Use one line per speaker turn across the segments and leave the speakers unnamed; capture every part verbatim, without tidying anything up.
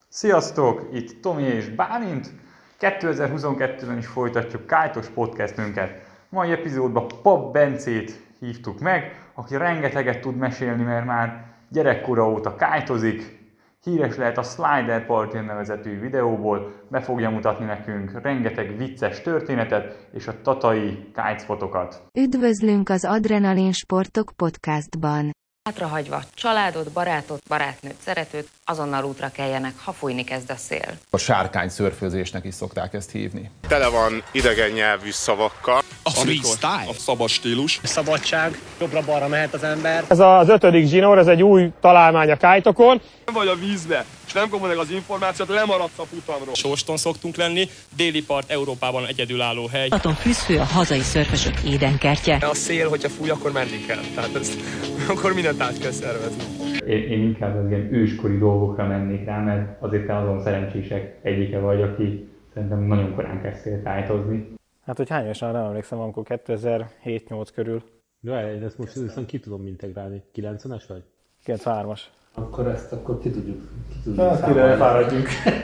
Sziasztok! Itt Tomi és Bálint. kétezer-huszonkettőben is folytatjuk Kite-os podcastünket. Mai epizódban Pap Bencét hívtuk meg, aki rengeteget tud mesélni, mert már gyerekkora óta kite-ozik. Híres lehet a Slider Party nevezetű videóból, be fogja mutatni nekünk rengeteg vicces történetet és a tatai kitespotokat.
Üdvözlünk az Adrenalin Sportok podcastban.
Hátrahagyva családot, barátot, barátnőt, szeretőt, azonnal útra keljenek, ha fújni kezd a szél.
A sárkány szörfőzésnek is szokták ezt hívni.
Tele van idegen nyelvű szavakkal.
A freestyle, a szabad stílus.
A szabadság, jobbra-balra mehet az ember.
Ez az ötödik zsinór, ez egy új találmány a kite-okon.
Vagy a vízbe, és nem kapod meg az információt, lemaradsz a futamról. Sóston szoktunk lenni, déli part Európában egyedülálló hely.
Balaton fűzfő a hazai szörfösök édenkertje.
A szél, hogyha fúj, akkor menni kell. Tehát ezt, akkor mindent át kell szervezni.
Én, én inkább az ilyen őskori dolgokra mennék rá, mert azért te azon szerencsések egyike vagy, aki szerintem nagyon korán kezdtél kite-ozni.
Hát, hogy hány évesen nem emlékszem, amikor kétezer-hét-nyolc körül.
Jó, én ezt most viszont ki tudom integrálni. kilencvenes vagy?
kilencvenhármas.
Akkor ezt akkor ki tudjuk, ki tudjuk
hát, kire fáradjunk.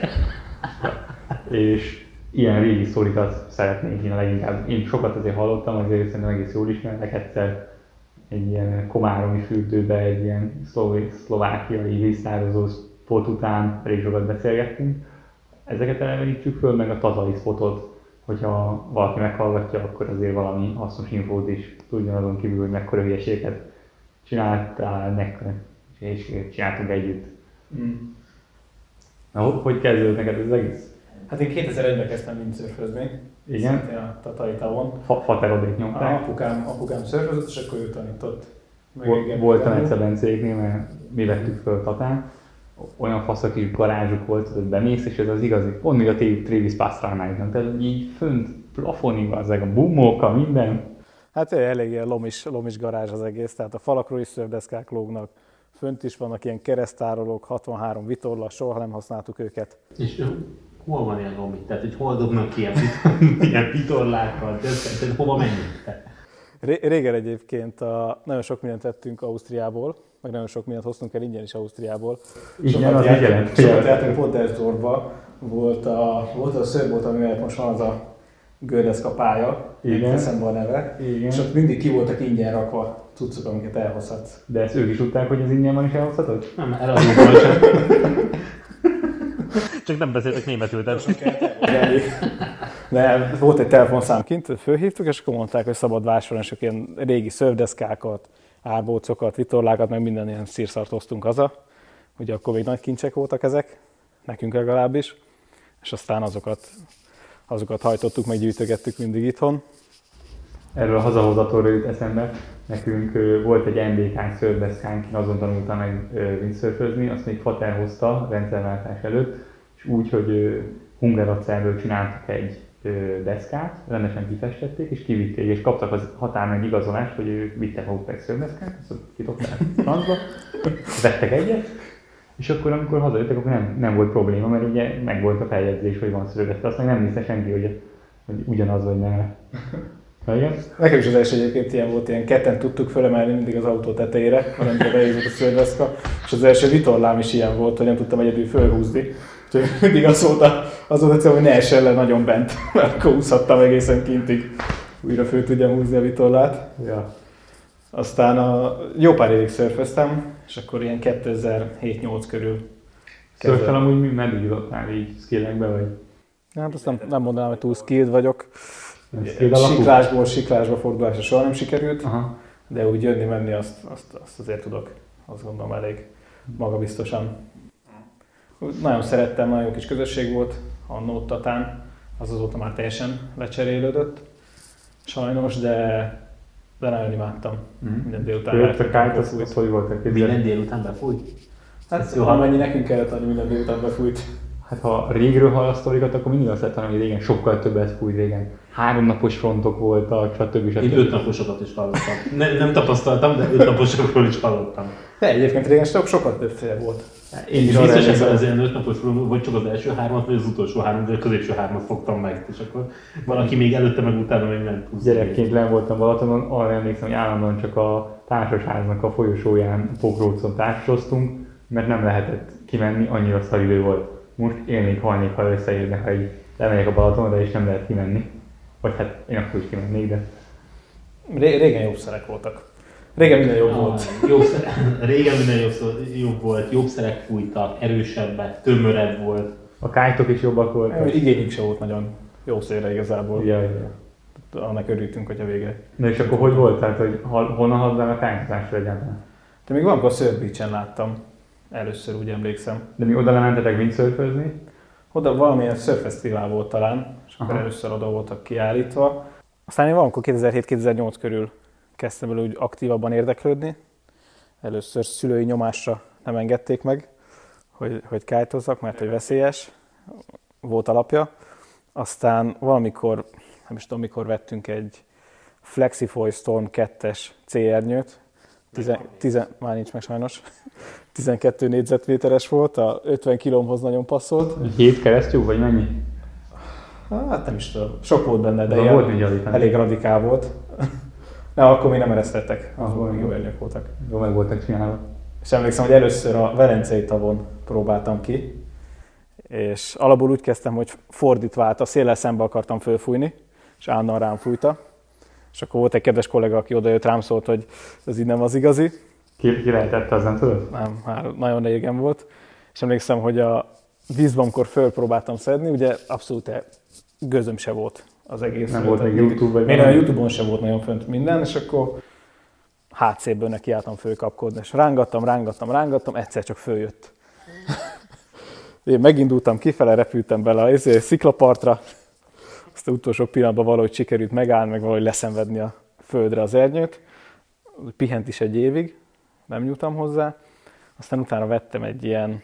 És ilyen régi sztorikat szeretnék én leginkább. Én sokat azért hallottam, azért szerintem egész jól ismernek. Egyszer egy ilyen komáromi fürdőbe, egy ilyen szló- szlovákiai víztározó spot után elég sokat beszélgettünk. Ezeket elevenítsük föl, meg a tatai spotot, hogyha valaki meghallgatja, akkor azért valami hasznos infót is tudjon azon kívül, hogy mekkora hülyeséget csináltál nektek, és csináltunk együtt. Mm. Na, hogy kezdődött neked ez az egész?
Hát én kétezer-egyben kezdtem windsurfözni.
Igen?
Szintén a tatai tavon.
Fa- Faterodék nyomták.
Apukám, apukám szörfözött, és akkor ő tanított.
Vol- Voltam egyszer Bencéknél, mert mi vettük föl Tatán. Olyan fasz a kis garázsuk volt, hogy bemész, és ez az igazi, pont még a Travis Pastrana-nak, tehát így fönt plafonig ezek a bumókkal, minden.
Hát elég lomis, lomis garázs az egész, tehát a falakról is szörfdeszkák lógnak, fönt is vannak ilyen keresztárolók, hatvanhárom vitorla, soha nem használtuk őket.
És hol van ilyen lomi? Tehát, hogy hol dobnak ilyen, ilyen vitorlákkal, tehát hova menjünk?
Régen egyébként a, nagyon sok mindent tettünk Ausztriából, meg nagyon sok mindent hoztunk el ingyen is Ausztriából.
Igen, az így jelent.
Sokat jártunk Podersdorfba, volt a, volt a szörfbolt, amivel most van az a gördeszka pálya, eszembe a neve, igen. És ott mindig ki voltak ingyen rakva cuccok, amiket elhozhatsz.
De ezt ők is tudták, hogy ez ingyen van és elhozhatod?
Nem, eladóból sem. Csak nem beszéltek németül, tehát.
De volt egy telefonszám kint, fölhívtuk, és akkor mondták, hogy szabad vásárolni, és ilyen régi szörfdeszkákat, árbócokat, vitorlákat, meg minden ilyen szírszart hoztunk haza. Ugye akkor még nagy kincsek voltak ezek, nekünk legalábbis, és aztán azokat, azokat hajtottuk, meg gyűjtögettük mindig itthon.
Erről a hazahozatról jut eszembe, nekünk ö, volt egy en bé ká szörfdeszkánk, én azon tanultam meg windsurfözni, azt még Fater hozta rendszerváltás előtt, és úgy, hogy ö, hungaracellről csináltak egy ö, deszkát, rendesen kifestették, és kivitték, és kaptak az határ meg igazolást, hogy ők vittek maguk egy szörfdeszkát, azt kitokták francba, vettek egyet, és akkor amikor hazajöttek, akkor nem, nem volt probléma, mert ugye meg volt a feljegyzés, hogy van szörfdeszka, azt meg nem hiszne senki, hogy, hogy ugyanaz vagy nem. Igen?
Nekem is az első egyébként ilyen volt, ilyen ketten tudtuk fölemelni mindig az autó tetejére, amikor beérült a szörfdeszka, és az első vitorlám is ilyen volt, hogy nem tudtam egyedül fölhúzni. Úgyhogy mindig az volt, a, az volt egyszerűen, hogy ne essen le nagyon bent, mert akkor húzhattam egészen kintig, újra föl tudjam húzni a vitorlát. Ja. Aztán a, jó pár évig szörföztem, és akkor ilyen kétezer-hét-nyolc körül.
Szörfel amúgy meddig jutottál így skillekbe, vagy?
Hát azt nem, nem mondanám, hogy túl skilled vagyok. Siklásból siklásba fordulásra soha nem sikerült, aha. De úgy jönni-menni azt, azt, azt azért tudok, azt gondolom elég magabiztosan. Nagyon szerettem, nagyon jó kis közösség volt, annó Tatán, az azóta már teljesen lecserélődött, sajnos, de, de nagyon imádtam. Mm. Minden délután
jártam. A kite, az, az hogy volt?
Minden délután befújt?
Hát jó, amennyi nekünk kellett adni, minden délután befújt.
Hát ha régről hall a sztorikat, akkor mindig azt lehet, hogy régen sokkal többet fújt régen. Háromnapos frontok voltak, stb. stb.
Én ötnaposokat is hallottam. Ne, nem tapasztaltam, de ötnaposokról is hallottam.
De egyébként régen sokkal többféle volt.
Én is biztos, hogy az ilyen ötnapos front, vagy csak az első hármat, vagy az utolsó hármat, vagy a középső hármat fogtam meg. És akkor valaki még előtte, meg utána még ment.
Gyerekként len voltam Balatonon, arra emlékszem, hogy állandóan csak a társasháznak a folyosóján pokrócon társasoztunk, mert nem lehetett kimenni, annyira szaridő volt. most élnék, halnék, ha összeérnek, ha így lemegyek a Balatonra, és nem lehet kimenni. Vagy hát én akkor is kimennék, de...
Ré- régen jobb szerek voltak. Régen minden jobb volt.
Jobb szerek, régen minden jobb, jobb volt, jobb szerek fújtak, erősebbek, tömörebb volt.
A kájtok is jobbak voltak.
Igényünk se volt nagyon jó szélre igazából.
Ja, ja.
Annak örültünk, hogy a vége.
Na és akkor hogy volt? Tehát, hogy honnan hadd a kájtozásra egyáltalán?
De még valamikor Surf Beach-en láttam. Először úgy emlékszem.
De mi oda lementetek windsurfözni?
Oda valamilyen surffesztivál volt talán, és akkor Aha. először oda voltak kiállítva. Aztán én valamikor kétezer-hét kétezer-nyolc körül kezdtem el úgy aktívabban érdeklődni. Először szülői nyomásra nem engedték meg, hogy, hogy kite-ozzak, mert hogy veszélyes volt alapja. Aztán valamikor, nem is tudom mikor vettünk egy Flexifoil Storm kettes cé-ernyőt, Tizen, tizen, már nincs meg sajnos, tizenkettő négyzetméteres volt, a ötven kilómhoz nagyon passzolt.
Hét keresztül, vagy mennyi?
Hát nem is tudom, sok volt benne, de ilyen elég radikál volt. De akkor még nem eresztettek, akkor még jó ernyők voltak.
Jó meg voltak csinálva.
És emlékszem, hogy először a Velencei tavon próbáltam ki, és alapból úgy kezdtem, hogy fordítva állt, a széllel szembe akartam fölfújni, és állandóan rám fújta. És akkor volt egy kedves kollega, aki odajött, rám szólt, hogy ez így nem az igazi.
Ki, ki lehetett, az nem tudod?
Nem, már nagyon régen volt. És emlékszem, hogy a vízben, amikor fölpróbáltam szedni, ugye abszolút gőzöm se volt az egész.
Nem volt még YouTube vagy
még a YouTube-on se volt nagyon fönt minden, és akkor hátszélből nekiálltam fölkapkodni, és rángattam, rángattam, rángattam, egyszer csak följött. Én megindultam kifele, repültem bele a sziklapartra, aztán utolsó pillanatban valahogy sikerült megállni, meg valahogy leszenvedni a földre az ernyőt. Pihent is egy évig, nem nyújtam hozzá. Aztán utána vettem egy ilyen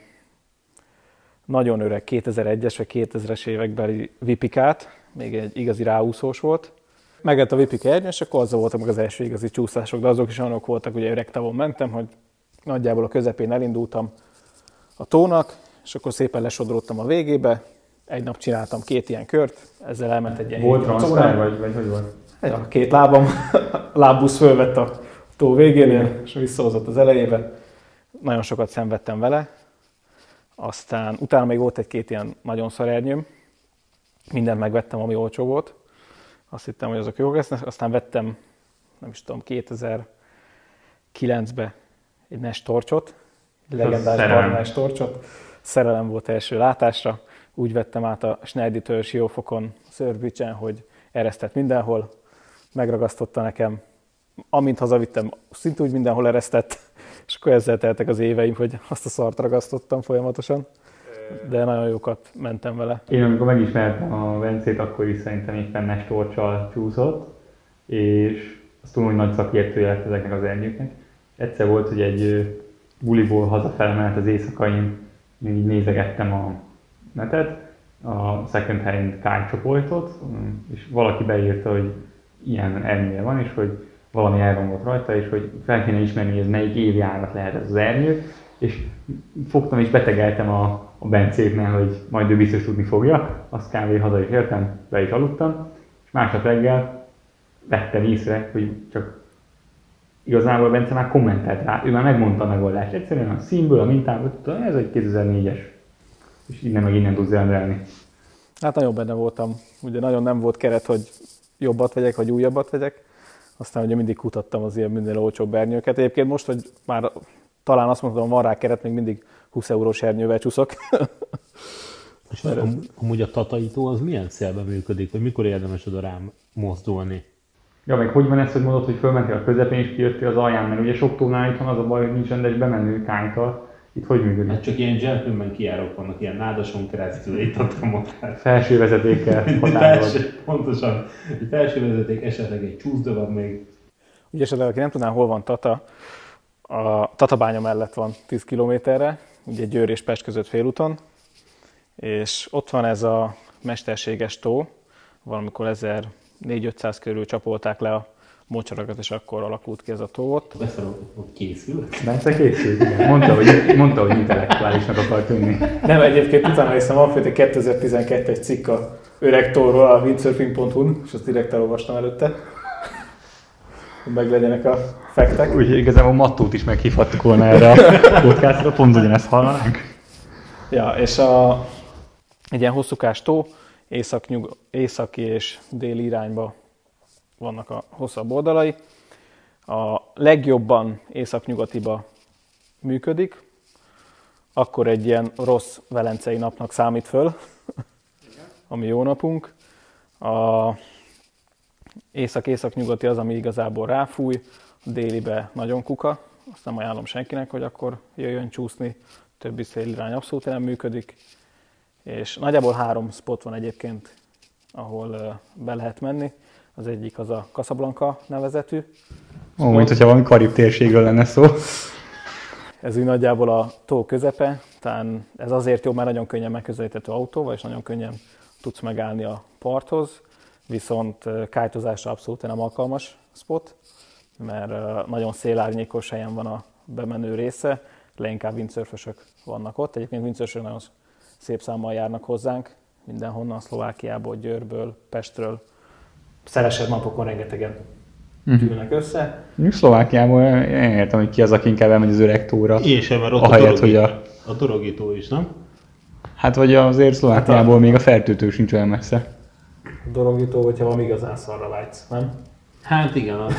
nagyon öreg kétezer-egyes vagy kétezres évekbeli vipikát, még egy igazi ráúszós volt. Megett a vipika ernyő, és akkor azzal voltak meg az első igazi csúszások, de azok is olyanok voltak, ugye öreg tavon mentem, hogy nagyjából a közepén elindultam a tónak, és akkor szépen lesodródtam a végébe. Egy nap csináltam két ilyen kört, ezzel elment egy ilyen
volt transfer, vagy, vagy hogy volt?
Ja, két lábam, lábbusz fölvett a tó végénél, és visszahozott az elejébe. Nagyon sokat szenvedtem vele. Aztán utána még volt egy-két ilyen nagyon szar ernyőm. Mindent megvettem, ami olcsó volt. Azt hittem, hogy azok jók lesznek. Aztán vettem, nem is tudom, kétezer-kilencben egy Nash torcsot, egy legendás barnás torcsot. Szerelem volt első látásra. Úgy vettem át a Schneider Siófokon, Surf Beach-en, hogy eresztett mindenhol. Megragasztotta nekem. Amint hazavittem, szinte úgy mindenhol eresztett. És akkor ezzel teltek az éveim, hogy azt a szart ragasztottam folyamatosan. De nagyon jókat mentem vele.
Én amikor megismertem a Vencét, akkor is szerintem éppen Nash torccsal csúszott. És azt tudom, hogy nagy szakértője lett ezeknek az ernyőknek. Egyszer volt, hogy egy buliból hazafele menet az éjszakain, még így nézegettem a netet, a Second Hand Kite csoportot, és valaki beírta, hogy ilyen ernyője van, és hogy valami elromlott rajta, és hogy fel kéne ismerni, hogy ez melyik évjárat lehet ez az ernyő, és fogtam és betegeltem a, a Bencéknél, hogy majd ő biztos tudni fogja, azt kávé haza is értem, be is aludtam, és másnap reggel vettem észre, hogy csak igazából Bence már kommentelt rá, ő már megmondta a megoldást, egyszerűen a színből, a mintából, tudtam, ez egy kétezer-négyes, és innen meg innen tudsz rendelni.
Hát nagyon benne voltam, ugye nagyon nem volt keret, hogy jobbat vegyek, vagy újabbat vegyek, aztán ugye mindig kutattam az ilyen minden olcsóbb ernyőket. Egyébként most, hogy már talán azt mondhatom, van rá keret, még mindig húsz eurós ernyővel csúszok.
És am, amúgy a tataító az milyen szélben működik, vagy mikor érdemes oda rám mozdulni?
Ja, meg hogy van ez, hogy mondod, hogy fölmentél a közepén és kijöttél az alján, mert ugye sok tónál itt van az a baj, hogy nincs rendes bemenő kánytal. Itt hogy működik?
Hát csak ilyen gentleman kijárok vannak, ilyen nádason keresztül, itt a motár.
Felső vezetékkel határolod.
Pontosan. Egy felső vezeték, esetleg egy csúszda van még.
Ugye esetleg, aki nem tudná, hol van Tata, a Tatabánya mellett van tíz kilométerre, ugye Győr és Pest között félúton, és ott van ez a mesterséges tó, valamikor ezernégyszáz-ötszáz körül csapolták le a mocsarakat, és akkor alakult ki ez a tó ott.
Beszélek, hogy készül?
Bence készült, igen. Mondta, hogy, mondta, hogy intellektuálisnak akar tűnni.
Nem, egyébként utána hiszem, van főleg egy kétezer-tizenkettes cikk a öreg tóról a windsurfing pont hu-n, és azt direkt elolvastam előtte, hogy meg legyenek a faktek.
Úgyhogy igazából Mattót is meghívhattuk volna erre a podcastra, pont ugyanezt hallanánk.
Ja, és a, Egy ilyen hosszúkás tó, észak-nyug- északi és déli irányba vannak a hosszabb oldalai. A legjobban észak-nyugatiba működik, akkor egy ilyen rossz velencei napnak számít föl, ami jó napunk. A észak-észak-nyugati az, ami igazából ráfúj, a délibe nagyon kuka, azt nem ajánlom senkinek, hogy akkor jöjjön csúszni, többi szélirány abszolút nem működik. És nagyjából három spot van egyébként, ahol be lehet menni. Az egyik az a Casablanca nevezetű.
Ó, mint hogyha valami karib térségről lenne szó.
Ez úgy nagyjából a tó közepe, talán ez azért jó, mert nagyon könnyen megközelíthető autóval, és nagyon könnyen tudsz megállni a parthoz, viszont kite-ozásra abszolút nem alkalmas spot, mert nagyon szélárnyékos helyen van a bemenő része, leginkább windsurfösök vannak ott. Egyébként windsurfösök nagyon szép számmal járnak hozzánk, mindenhonnan, Szlovákiából, Győrből, Pestről. Szelesebb napokon rengetegen gyűlnek össze.
Szlovákiából én értem, hogy ki az, aki inkább elmegy az öreg tóra.
Én sem, mert ott
ahelyett,
a, dorogi,
hogy a...
a dorogító is, nem?
Hát vagy azért Szlovákiából hát a... még a Fertőtő sincs olyan messze.
A dorogító, hogyha valami igazán szarra vágysz, nem?
Hát igen. A...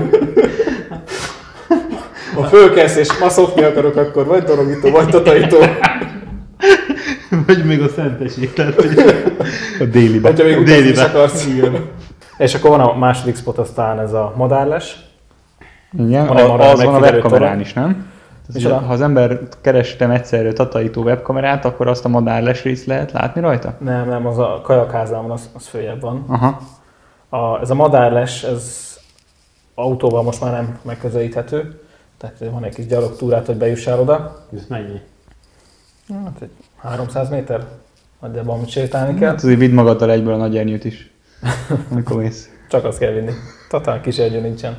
ha fölkelsz és maszokni akarok, akkor vagy dorogító, vagy tataító.
Vagy még a szenteség, tehát hogy...
a délibe.
Hogyha még utazni is akarsz. Igen. És akkor van a második spot, aztán ez a madárles.
Igen, van a, az van a webkamerán is, nem? Az, ha az ember kerestem egyszerre tataító webkamerát, akkor azt a madárles részt lehet látni rajta?
Nem, nem, az a kajakháznál az, az följebb van.
Aha.
A, ez a madárles, ez autóval most már nem megközelíthető. Tehát van egy kis gyalogtúrát, hogy bejussál oda.
Ez mennyi?
Hát egy háromszáz méter, nagyjából amit sétálni kell.
Hát azért vidd magaddal egyből a nagy ernyőt is, amikor mész.
Csak azt kell vinni. Tatán kis ernyő nincsen.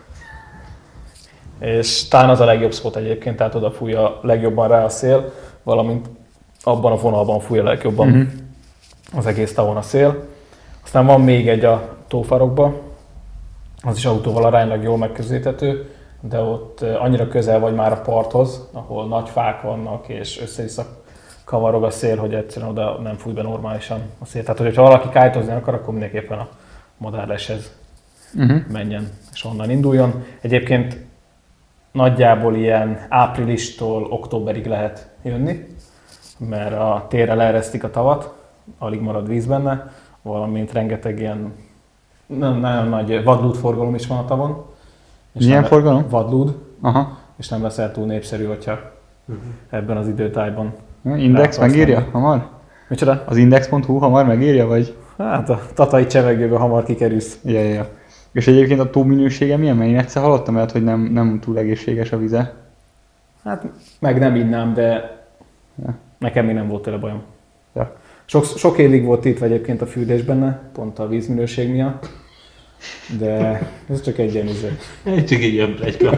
És talán az a legjobb spot egyébként, tehát oda fúj a legjobban rá a szél, valamint abban a vonalban fúj a legjobban uh-huh. az egész tavon a szél. Aztán van még egy a tófarokba, az is autóval aránylag jól megközelíthető, de ott annyira közel vagy már a parthoz, ahol nagy fák vannak és össze-vissza kavarog a szél, hogy egyszerűen oda nem fúj be normálisan a szél. Tehát, hogyha valaki kite-ozni akar, akkor mindenképpen a madárleshez uh-huh. menjen és onnan induljon. Egyébként nagyjából ilyen áprilistól októberig lehet jönni, mert a térre leeresztik a tavat, alig marad víz benne, valamint rengeteg ilyen nagyon nagy vadlúdforgalom is van a tavon. És
milyen forgalom?
Vadlúd.
Aha.
És nem leszel túl népszerű, hogyha uh-huh. ebben az időtájban.
Index megírja menni. Hamar?
Micsoda?
Az index pont hu hamar megírja, vagy?
Hát a tatai csevegőbe hamar kikerülsz.
Ja, ja, ja. És egyébként a tó minősége milyen? Mert én egyszer hallottam el, hogy nem, nem túl egészséges a vize.
Hát meg nem innám, de ja. nekem még nem volt tőle bajom. Ja. Sok, sok évig volt itt egyébként a fürdés benne, pont a vízminőség miatt. De ez csak egy ilyen izé.
Ez csak egy ilyen pletyka.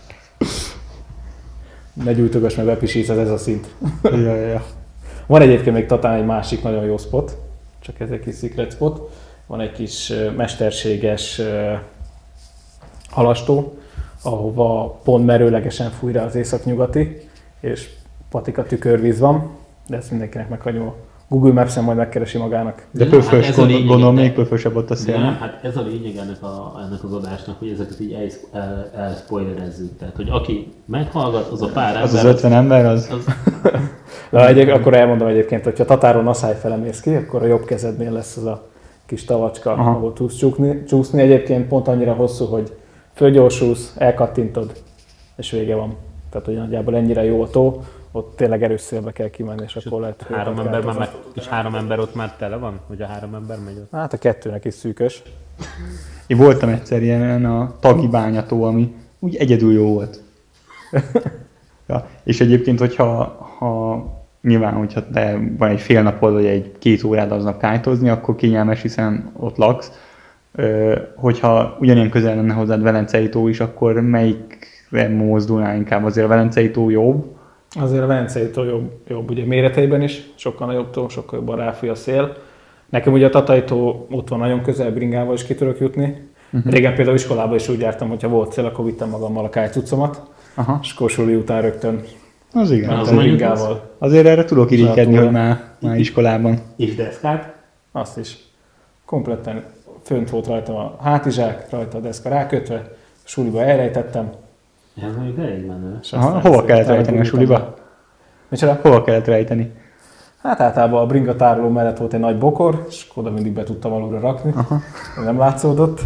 Ne gyújtogass, mert bepisísz, ez, ez a szint.
Ja, ja, ja.
Van egyébként még Tatán egy másik nagyon jó spot, csak ez egy kis secret spot. Van egy kis mesterséges halastó, ahova pont merőlegesen fúj rá az északnyugati, és patika tükörvíz van, de ezt mindenkinek meghagyom. Google Maps-en majd megkeresi magának.
De pöfös, hát gondolom, gondolom még pöfösebb ott a szél.
Nem, hát ez a lényeg ennek, a, ennek az adásnak, hogy ezeket így elspoilerezzük. El, Tehát, hogy aki meghallgat, az a pár ember...
Az az ötven ember, az... az...
Na, egy, akkor elmondom egyébként, hogy ha Tatáron Asszály fele mész ki, akkor a jobb kezednél lesz az a kis tavacska, aha. ahol tudsz csúszni. csúszni. Egyébként pont annyira hosszú, hogy fölgyorsulsz, elkattintod, és vége van. Tehát, hogy nagyjából ennyire jó a tó. Ott tényleg erős szélbe kell kimenni, és, és akkor lehet...
Három ember már meg, és három ember ott már tele van? Hogy a három ember megy ott?
Hát a kettőnek is szűkös.
Én voltam egyszer ilyen a Tagi bányató, ami úgy egyedül jó volt. Ja, és egyébként, hogyha ha, nyilván, hogyha te van egy fél napod, vagy egy két órád aznap kite-ozni, akkor kényelmes, hiszen ott laksz. Hogyha ugyanilyen közel lenne hozzád Velencei tó is, akkor melyikre mozdulnál inkább? Azért a Velencei tó jobb?
Azért a Velencei tó jobb, jobb ugye méreteiben is, sokkal nagyobb tó, sokkal jobban ráfúj a szél. Nekem ugye a Tatai tó ott van nagyon közel, bringával is ki tudok jutni. Uh-huh. Régen például iskolában is úgy jártam, hogyha volt szél, akkor vittem magammal a kájcucomat, és akkor suli után rögtön
Az igen.
Az az
azért erre tudok irigykedni, hogy már, már iskolában.
És deszkát?
Azt is. Kompletten fönt volt rajta a hátizsák, rajta a deszka rákötve, suliba elrejtettem.
Ez mondjuk elég menő.
Aha, hova kellett rejteni a suliba?
Micsoda?
Hova kellett rejteni?
Hát általában a bringa tároló mellett volt egy nagy bokor, és oda mindig be tudtam alulra rakni. Aha. Nem látszódott.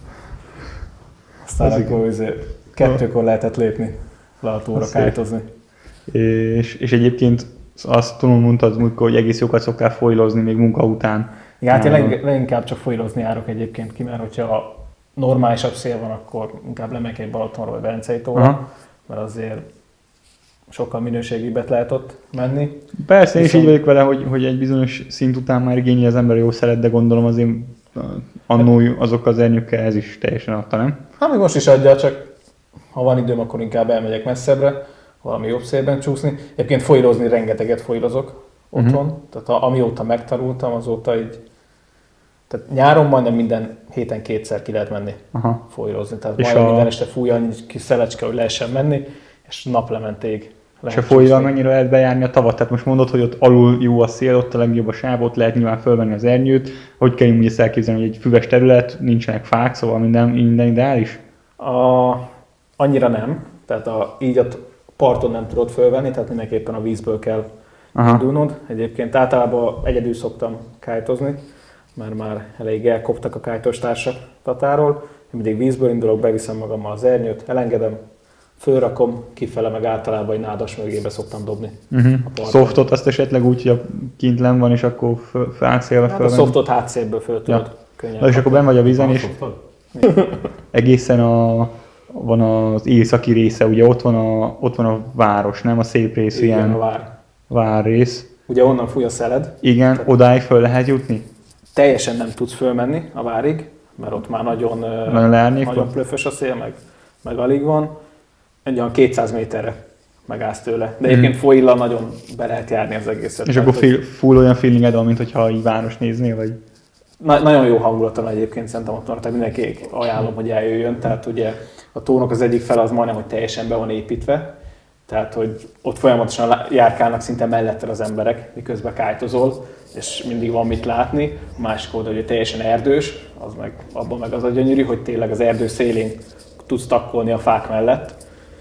Aztán akkor azért kettőkor lehetett lépni le a tóra kájtozni.
És, és egyébként azt tudom, mondtad múltkor, hogy egész jókat szoktál folylozni még munka után.
Igen, hát én leg, leginkább csak folylozni járok egyébként ki, mert hogyha normálisabb szél van, akkor inkább lemegyek egy Balatonra vagy Velencei tóra, aha, mert azért sokkal minőségibbet lehet ott menni.
Persze, én is így vagyok vele, hogy, hogy egy bizonyos szint után már igényli az ember jó szeret, de gondolom azért annó azok az ernyőkkel ez is teljesen adta, nem?
Hát még most is adja, csak ha van időm, akkor inkább elmegyek messzebbre, valami jobb szélben csúszni. Egyébként folyrozni rengeteget folyrazok otthon, uh-huh. tehát a, amióta megtanultam, azóta így, tehát nyáron majdnem minden héten kétszer ki lehet menni aha. folyrozni. Tehát és majdnem a... minden este fúj annyi kis szelecske, hogy lehessen menni, és naplementék.
És a folyral mennyire lehet bejárni a tavat? Tehát most mondod, hogy ott alul jó a szél, ott a legjobb a sáv, ott lehet nyilván fölvenni az ernyőt. Hogy kell úgy ezt elképzelni, hogy egy füves terület, nincsenek fák, szóval minden, minden ideális?
A, annyira nem. Tehát a, így a parton nem tudod fölvenni, tehát mindenképpen a vízből kell indulnod. Egyébként általában egyedül szoktam kájtozni, mert már elég elkoptak a kájtostársak Tatáról. Én mindig vízből indulok, beviszem magammal az ernyőt, elengedem, fölrakom, kifele meg általában egy nádas mögébe szoktam dobni.
Uh-huh. A szoftot azt esetleg úgy, hogy kint lenn van, és akkor hátszélbe
hát fölvenni? A szoftot hátszélből föl tudod ja. könnyen.
Na, és akkor benn vagy a vízen, és egészen a, van az északi része, ugye ott van a, ott van a város, nem a szép rész, igen, ilyen
a vár.
várrész.
Ugye onnan fúj a szeled.
Igen, tehát odáig föl lehet jutni?
Teljesen nem tudsz fölmenni a várig, mert ott már nagyon, nagyon, nagyon plöfös a szél, meg, meg alig van. Egy olyan kétszáz méterre megállsz tőle. De egyébként mm. Foilla nagyon be lehet járni az egészet.
És akkor hogy... full olyan feelinged van, mint hogyha így város néznél, vagy?
Na, nagyon jó hangulata van egyébként, szerintem ott van, tehát mindenki ajánlom, hogy eljöjjön. Tehát ugye a tónak az egyik fele az majdnem, hogy teljesen be van építve. Tehát, hogy ott folyamatosan járkálnak szinte mellettel az emberek, miközben kájtozol, és mindig van mit látni. A másik oldal, hogy teljesen erdős, az meg, abban meg az a gyönyörű, hogy tényleg az erdő szélén tudsz takkolni a fák mellett.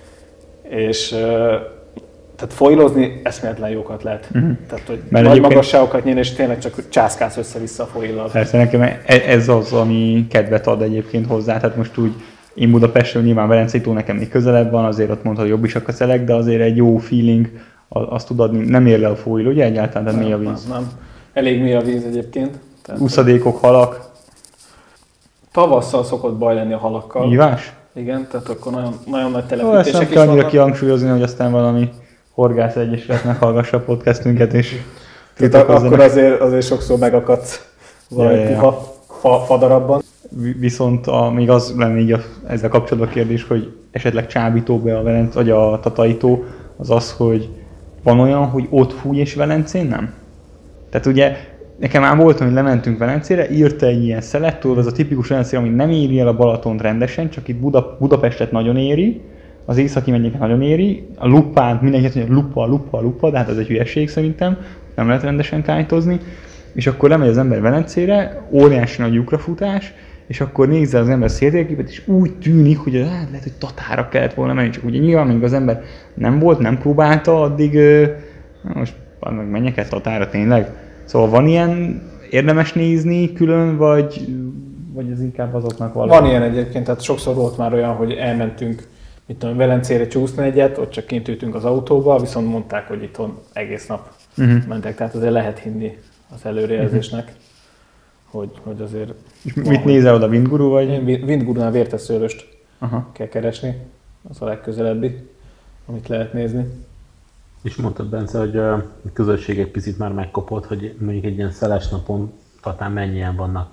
És tehát folylozni eszméletlen jókat lehet. Uh-huh. Tehát, hogy mert nagy magasságokat nyílni, és tényleg csak császkálsz össze-vissza a folyillal.
Persze, nekem ez az, ami kedvet ad egyébként hozzá. Tehát most úgy én Budapestről nyilván Velencei tó nekem még közelebb van, azért ott mondta, hogy jobb is a szelek, de azért egy jó feeling azt tud adni. Nem ér le a folyil, ugye egyáltalán, tehát mély a víz.
Nem, nem. Elég mély a víz egyébként.
Úszadékok, halak.
Tavasszal szokott baj lenni a halakkal.
Hívás?
Igen, tehát akkor nagyon, nagyon nagy telepítések is vannak.
Ezt nem kell annyira kihangsúlyozni, hogy aztán valami horgász egyesület meghallgassa a podcastünket, és
akkor azért, azért sokszor megakadsz valami ja, puha fa, fadarabban.
Viszont a, még az lenne így a, ezzel kapcsolatban a kérdés, hogy esetleg csábító be a Velence, vagy a Tatai tó, az az, hogy van olyan, hogy ott fúj és Velencén nem? Tehát ugye nekem már volt, hogy lementünk Velencére, írta egy ilyen szelet, tudod, az a tipikus olyan szél, ami nem éri el a Balatont rendesen, csak itt Buda, Budapestet nagyon éri, az északi megyéket nagyon éri, a lupát, mindenki mondja, lupa, lupa, lupa, de hát ez egy hülyeség szerintem, nem lehet rendesen kájtozni, és akkor lemegy az ember Velencére, óriási nagy lyukrafutás, és akkor nézze az ember széltérképet, és úgy tűnik, hogy hát, lehet, hogy Tatára kellett volna menni, csak ugye nyilván, amíg az ember nem volt, nem próbálta, addig na most meg menjek el Tatára tényleg. Szóval van ilyen érdemes nézni külön, vagy, vagy ez inkább azoknak valami?
Van ilyen egyébként, tehát sokszor volt már olyan, hogy elmentünk mit tudom, Velencére csúszni egyet, ott csak kint ültünk az autóba, viszont mondták, hogy itthon egész nap uh-huh. mentek, tehát azért lehet hinni az előrejelzésnek, uh-huh. hogy, hogy azért...
És mit van, nézel oda, Windguru vagy?
Én Windgurunál vértesszőröst uh-huh. kell keresni, az a legközelebbi, amit lehet nézni.
És mondtad, Bence, hogy a közösség egy picit már megkopott, hogy mondjuk egy ilyen szeles napon Tatán mennyien vannak?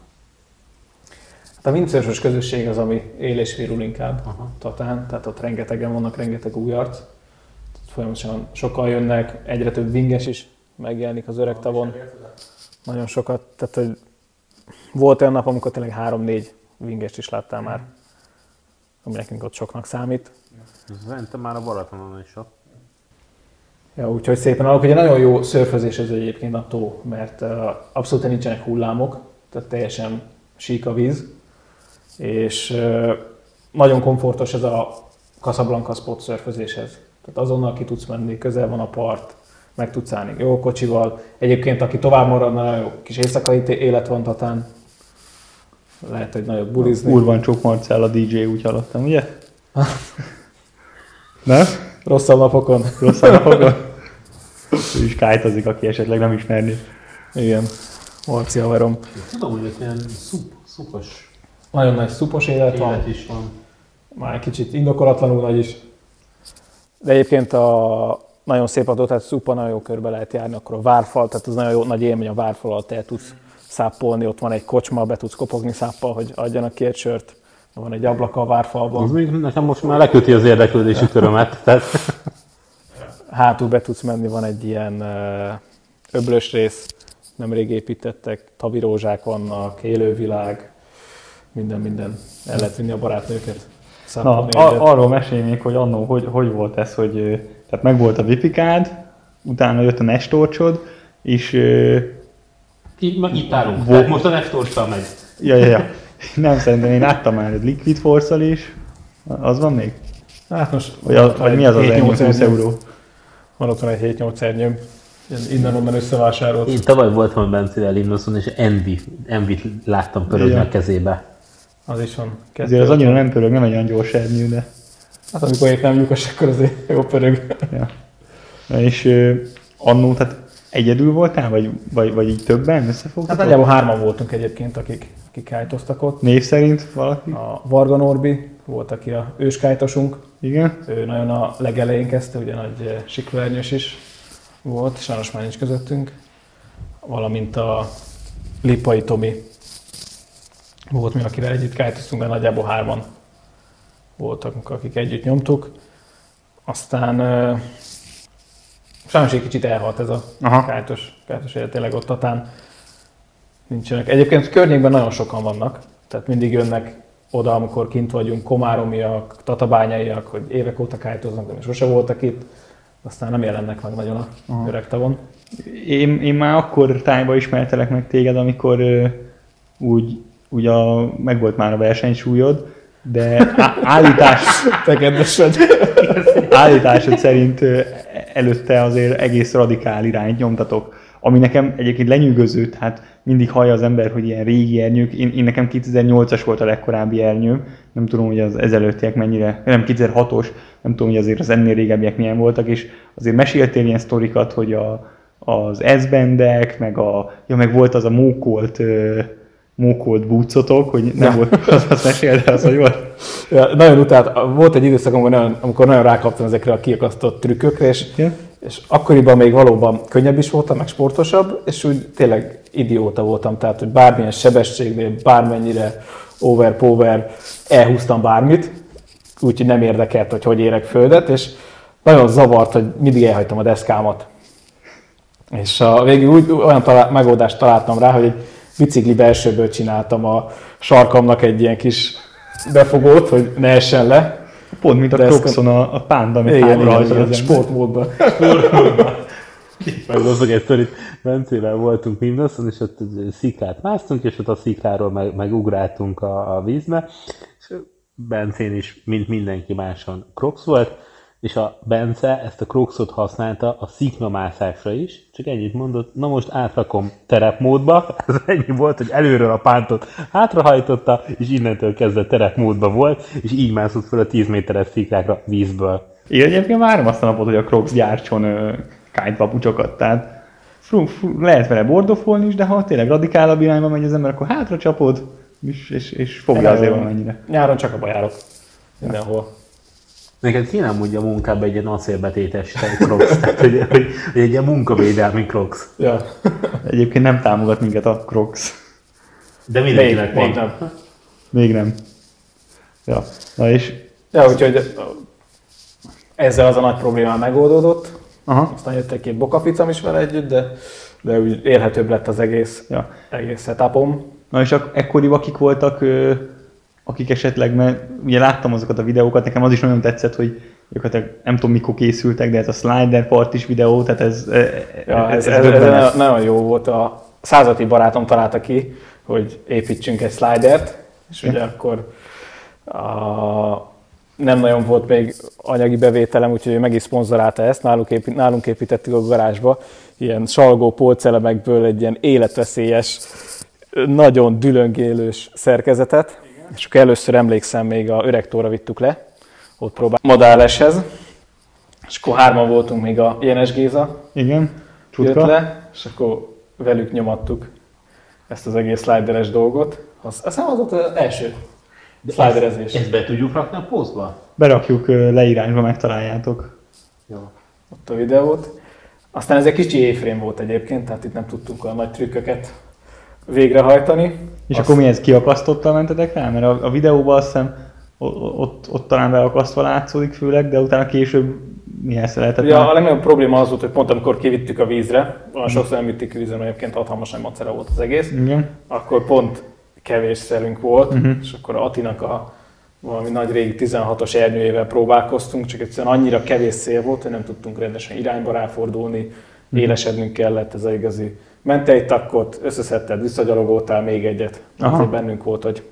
Hát a windsurfos közösség az, ami él és virul inkább aha. Tatán, tehát ott rengetegen vannak, rengeteg új arc. Folyamatosan sokan jönnek, egyre több winges is megjelenik az öreg tavon. Nagyon sokat, tehát hogy volt olyan nap, amikor tényleg három-négy wingest is láttál már, ami nekünk ott soknak számít.
Szerintem már a Balatonon is sok.
Ja, úgyhogy szépen alak. Ugye nagyon jó szörfözés ez egyébként a tó, mert uh, abszolút nincsenek hullámok, tehát teljesen sík a víz, és uh, nagyon komfortos ez a Casablanca spot szörfözéshez. Tehát azonnal ki tudsz menni, közel van a part, meg tudsz állni jó kocsival. Egyébként, aki tovább maradna, nagyon jó kis éjszakai élet van Tatán. Lehet, hogy nagyot bulizni.
Úr van Csók Marcell a dé dzsé, úgy hallottam, ugye? Nem?
Rosszabb napokon.
Rosszabb napokon. Ő is kájtozik, aki esetleg nem ismerni.
Igen, Marci haverom.
Tudom, hogy ez ilyen szup, szupos.
Nagyon nagy szupos élet, élet van.
is van.
Már egy kicsit indokolatlanul nagy is. De egyébként a nagyon szép adó, tehát szupa nagyon jó körbe lehet járni, akkor a várfal, tehát az nagyon jó, nagy élmény a várfal alatt el tudsz száppolni, ott van egy kocsma, be tudsz kopogni száppal, hogy adjanak ki egy sört. Van egy ablaka a várfalban.
Az még nekem most már leköti az érdeklődési körömet. Tehát...
Hátul be tudsz menni, van egy ilyen uh, öblös rész, nemrég építettek, tavirózsák vannak, élővilág, minden, minden. El lehet vinni a barátnőket.
Na, a, arról mesélj még, hogy annó, hogy, hogy volt ez, hogy tehát meg volt a vipikád, utána jött a nestorcsod, és...
Itt, itt állunk, volt... most a nestorccal megy.
Ja, ja, ja. Nem, szerintem én láttam már egy Liquid Force-al is. Az van még?
Hát most...
Vagy, a, vagy mi az az húsz euró?
Van ott van egy hét-nyolc ernyőm. Innen-onnan összevásárolt.
Én tavaly voltam a Bencével Limnoszon, és Envy, Envy-t láttam pörögni a kezébe.
Az is van.
Azért az annyira nem pörög, nem egy olyan gyors ernyő, de...
Hát amikor épp nem lyukas, akkor azért jó pörög.
Ja. Na és uh, annó, tehát egyedül voltál, vagy, vagy, vagy így többen összefogtatok?
Hát nagyjából hárman voltunk egyébként, akik, akik kájtoztak ott.
Név szerint valaki?
A Varga Norbi volt, aki a őskájtosunk.
Igen.
Ő nagyon a legelején kezdte, ugye nagy siklóernyős is volt, sajnos már nincs közöttünk. Valamint a Lipai Tomi volt mi, akivel együtt kájtoztunk, de nagyjából hárman voltak, akik együtt nyomtuk. Aztán uh, sajnos egy kicsit elhalt ez a kájtos, kájtos élet, tényleg ott Tatán nincsenek. Egyébként környékben nagyon sokan vannak, tehát mindig jönnek oda, amikor kint vagyunk, komáromiak, tatabányaiak, hogy évek óta kájtoznak, de még sose voltak itt. Aztán nem jelennek meg nagyon a Aha. öreg tavon.
Én, én már akkor tájba ismertelek meg téged, amikor uh, úgy, úgy a, megvolt már a versenysúlyod, de állítás, állításod szerint előtte azért egész radikál irányt nyomtatok, ami nekem egyébként lenyűgöző, tehát mindig hallja az ember, hogy ilyen régi ernyők. Én, én nekem kétezer-nyolcas volt a legkorábbi ernyőm, nem tudom, hogy az ezelőttiek mennyire, nem kétezer-hatos, nem tudom, hogy azért az ennél régebbiek milyen voltak, és azért meséltél ilyen sztorikat, hogy a, az S-bendek, meg, a, ja, meg volt az a mókolt, mókolt búcotok, hogy nem ja. volt, azt, azt meséld el, az, hogy volt.
Ja, nagyon utált, volt egy időszak, amikor nagyon, amikor nagyon rákaptam ezekre a kiakasztott trükkökre, és, ja. és akkoriban még valóban könnyebb is voltam, meg sportosabb, és úgy tényleg idióta voltam, tehát hogy bármilyen sebességnél, bármennyire over-power elhúztam bármit, úgyhogy nem érdekelt, hogy hogy érek földet, és nagyon zavart, hogy mindig elhagytam a deszkámat. És a végül úgy olyan talál, megoldást találtam rá, hogy egy bicikli belsőből csináltam a sarkamnak egy ilyen kis befogót, hogy ne essen le.
Pont, mint a Croxon a, a pánda, amit hátra hajtod az
sportmódban.
Sportmódban. Meghozzak egy sztorit, Bencével voltunk Limnoszon, és ott sziklát másztunk, és ott a szikláról meg, megugráltunk a, a vízbe, és Bencén is, mint mindenki máson Crocs volt, és a Bence ezt a Crocsot használta a sziklamászásra is, csak ennyit mondott, na most átrakom terepmódba, ez ennyi volt, hogy előről a pántot hátrahajtotta, és innentől kezdve terepmódba volt, és így mászott fel a tíz méteres sziklákra vízből.
Igen, egyébként várom azt a napot, hogy a Crocs gyártson kájtpapucsokat, tehát fru, fru, lehet vele bordofolni is, de ha tényleg radikálabb irányba megy az ember, akkor hátra csapod, és, és, és fogja azért valamennyire.
Nyáron csak abba járok, mindenhol.
Neked kéne amúgy a munkába egy ilyen acélbetétes Crocs, tehát hogy, hogy, hogy egy ilyen munkavédelmi Crocs.
Ja.
Egyébként nem támogat minket a Crocs.
De mindenkinek
még,
van.
Még nem.
Még nem. Ja, na és...
Ja, úgyhogy ezzel az a nagy problémám megoldódott. Aha. Aztán jött egy két bokaficam is vele együtt, de, de úgy élhetőbb lett az egész, ja. egész setupom.
Na és ekkoriban akik voltak, akik esetleg, mert ugye láttam azokat a videókat, nekem az is nagyon tetszett, hogy, gyakorlatilag nem tudom mikor készültek, de ez a slider partis videó, tehát ez...
Ja, ez, ez, ez, ez nagyon jó volt. A százati barátom találta ki, hogy építsünk egy slidert, és ugye akkor a, nem nagyon volt még anyagi bevételem, úgyhogy ő meg is szponzorálta ezt, nálunk, épít, nálunk építettük a garázsba, ilyen salgó polcelemekből egy ilyen életveszélyes, nagyon dülöngélős szerkezetet, igen. És akkor először emlékszem, még a Öregtóra vittük le, ott próbáltuk Madárleshez, és akkor hárman voltunk, még a Jenes Géza
igen.
jött le, és akkor velük nyomattuk ezt az egész slideres dolgot. Azt hiszem az volt az első sliderezés.
Ezt, ezt be tudjuk rakni a posztba?
Berakjuk leírásba, megtaláljátok.
Jó. Ott a videót. Aztán ez egy kicsi A-frame volt egyébként, tehát itt nem tudtunk a nagy trükköket végrehajtani.
És azt... akkor mi ez kiakasztottal mentetek rá? Mert a, a videóban azt hiszem ott, ott talán beakasztva látszódik főleg, de utána később mihez lehetett?
Ja, a legnagyobb probléma az volt, hogy pont amikor kivittük a vízre, olyan sokszor nem vittük vízre, mert egyébként hatalmas nagy macera volt az egész,
igen.
Akkor pont kevés szelünk volt, uh-huh. És akkor Atinak a valami nagy régi tizenhatos ernyőjével próbálkoztunk, csak egyszerűen annyira kevés szél volt, hogy nem tudtunk rendesen irányba ráfordulni, uh-huh. Élesednünk kellett, ez az igazi. Mentél egy takkot, összeszedted, visszagyalogoltál még egyet, azért bennünk volt, hogy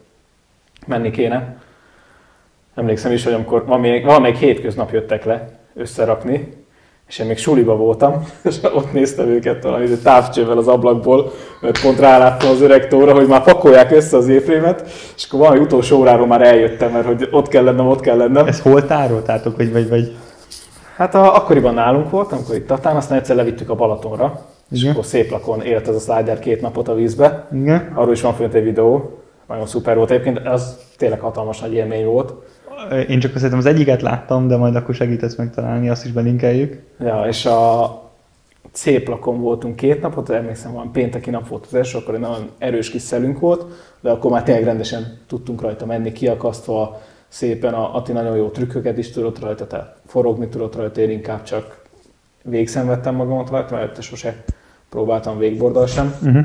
menni kéne. Emlékszem is, hogy amikor valamelyik hétköznap jöttek le összerakni, és én még suliba voltam, és ott néztem őket valami távcsővel az ablakból, mert pont ráláttam az Öregtóra, hogy már pakolják össze az évfrémet, és akkor valami utolsó óráról már eljöttem, mert hogy ott kell lennem, ott kell lennem.
Ezt hol tároltátok, vagy, vagy, vagy?
Hát a, akkoriban nálunk volt, amikor itt Tatán, aztán egyszer levittük a Balatonra, és igen. Akkor Széplakon élt ez a slider két napot a vízbe.
Igen.
Arról is van fönt egy videó, nagyon szuper volt egyébként, az tényleg hatalmas nagy élmény volt.
Én csak szerintem az egyiket láttam, de majd akkor segítesz megtalálni, azt is belinkeljük.
Ja, és a Széplakon voltunk két napot, emlékszem, van pénteki nap volt az első, akkor egy nagyon erős kis szelünk volt, de akkor már tényleg rendesen tudtunk rajta menni, kiakasztva szépen. A Ati nagyon jó trükköket is tudott rajta, tehát forogni tudott rajta, én inkább csak végszenvedtem magamat rajta, mert sose próbáltam végbordal sem. Uh-huh.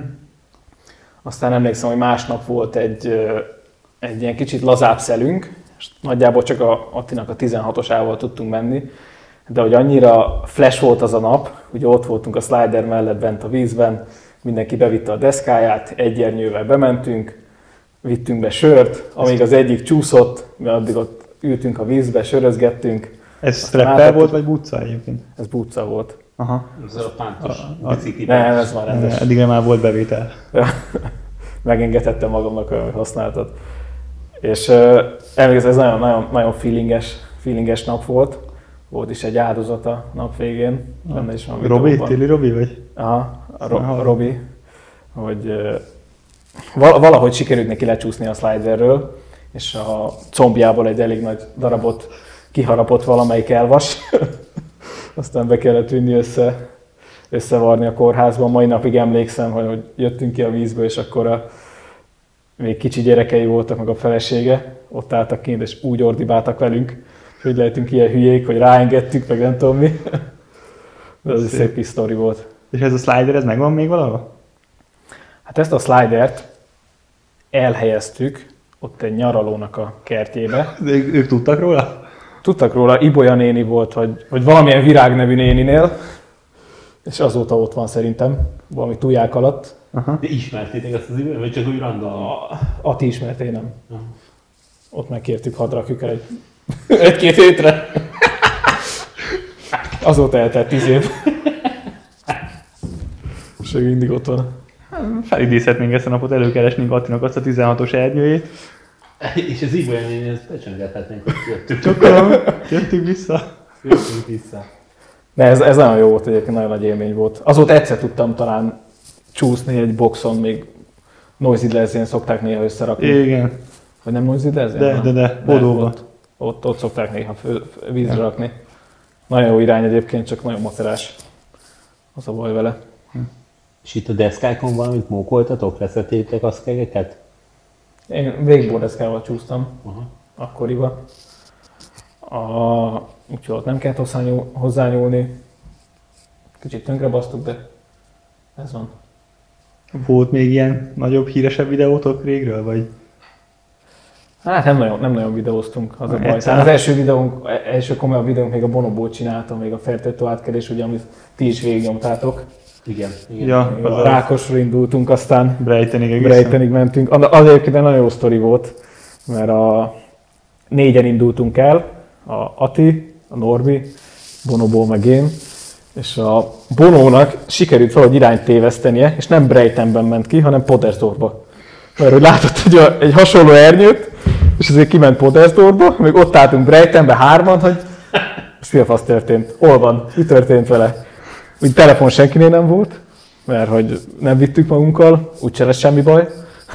Aztán emlékszem, hogy másnap volt egy, egy ilyen kicsit lazább szelünk, és nagyjából csak a Attinak a tizenhatosával tudtunk menni, de hogy annyira flash volt az a nap, ugye ott voltunk a slider mellett bent a vízben, mindenki bevitte a deszkáját, egyernyővel bementünk, vittünk be sört, amíg az egyik csúszott, mi addig ott ültünk a vízbe, sörözgettünk.
Ez streppel volt, vagy bucca egyébként?
Ez bucca volt.
Aha.
Ez a pántos bicikli.
Nem, ez már rendes.
Eddigre már volt bevétel.
Megengedhettem magamnak, hogy használtad. És uh, emlékszem, ez nagyon, nagyon, nagyon feelinges, feelinges nap volt. Volt is egy áldozat a nap végén. Benne is van
Robi? Téli Robi vagy?
Aha, a, Ro- a Robi. Hogy uh, valahogy sikerült neki lecsúszni a sliderről, és a combjából egy elég nagy darabot kiharapott valamelyik elvas. Aztán be kellett vinni össze, összevarni a kórházban. Mai napig emlékszem, hogy jöttünk ki a vízből, és akkor a még kicsi gyerekei voltak, meg a felesége, ott álltak kint, és úgy ordibáltak velünk, hogy lehetünk ilyen hülyék, hogy ráengedtük, meg nem tudom mi. De az egy szép kis sztori volt.
És ez a slider, ez megvan még valahol?
Hát ezt a slidert elhelyeztük ott egy nyaralónak a kertjébe.
De ők, ők tudtak róla?
Tudtak róla, Ibolya néni volt, hogy, hogy valamilyen Virág nevű néninél, és azóta ott van szerintem, valami tuják alatt.
Aha. De ismertétek ezt az Ibolyát, vagy csak úgy random?
Ati ismert, én nem. Aha. Ott megkértük, hadd rakjuk el egy, egy-két hétre. Azóta eltelt tíz év. És még mindig ott van.
Felidézhetnénk ezt a napot, előkeresnénk Attinak azt a tizenhatos ernyőjét.
És az Ibolya néni, ezt becsöngethetnénk, hogy jöttünk.
Csak jöttünk vissza.
Jöttünk vissza.
De ez, ez nagyon jó volt, egyébként nagyon nagy élmény volt. Azóta egyszer tudtam talán csúszni egy boxon, még noise idlezén szokták néha összerakni.
Igen.
Vagy nem noise idlezén?
De, de, de, Bodóban.
Ott, ott, ott szokták néha fő, vízre rakni. Nagyon jó irány egyébként, csak nagyon macerás. Az a baj vele.
Hm. És itt a deszkákon valamit mókoltatok? Leszettétek a szkegeket?
Én végbordeszkával csúsztam.
Aha.
Akkoriban. A, úgyhogy ott nem kellett hozzányúlni. Kicsit tönkre basztuk, de ez van.
Volt még ilyen nagyobb, híresebb videótok régről, vagy?
Hát nem nagyon, nem nagyon videóztunk, az a baj. Az első videónk, első komolyabb videónk még a Bonobó csináltam, még a fertőtő átkelés, ugye, amit ti is végignyomtátok.
Igen, igen.
Ja, a Rákosról indultunk, aztán
Brejtenig,
Brejtenig mentünk. Az egyébként egy nagyon jó sztori volt, mert a négyen indultunk el, a Ati, a Norbi, Bonobó meg én, és a Bonónak sikerült valahogy irányt tévesztenie, és nem Brejtenben ment ki, hanem Podersdorfba. Mert hogy látott egy, egy hasonló ernyőt, és azért kiment Podersdorfba, még ott álltunk Brejtenbe hárman, hogy most mi a fasz történt? Hol van? Mi történt vele? Úgy telefon senkinél nem volt, mert hogy nem vittük magunkkal, úgyse lesz semmi baj.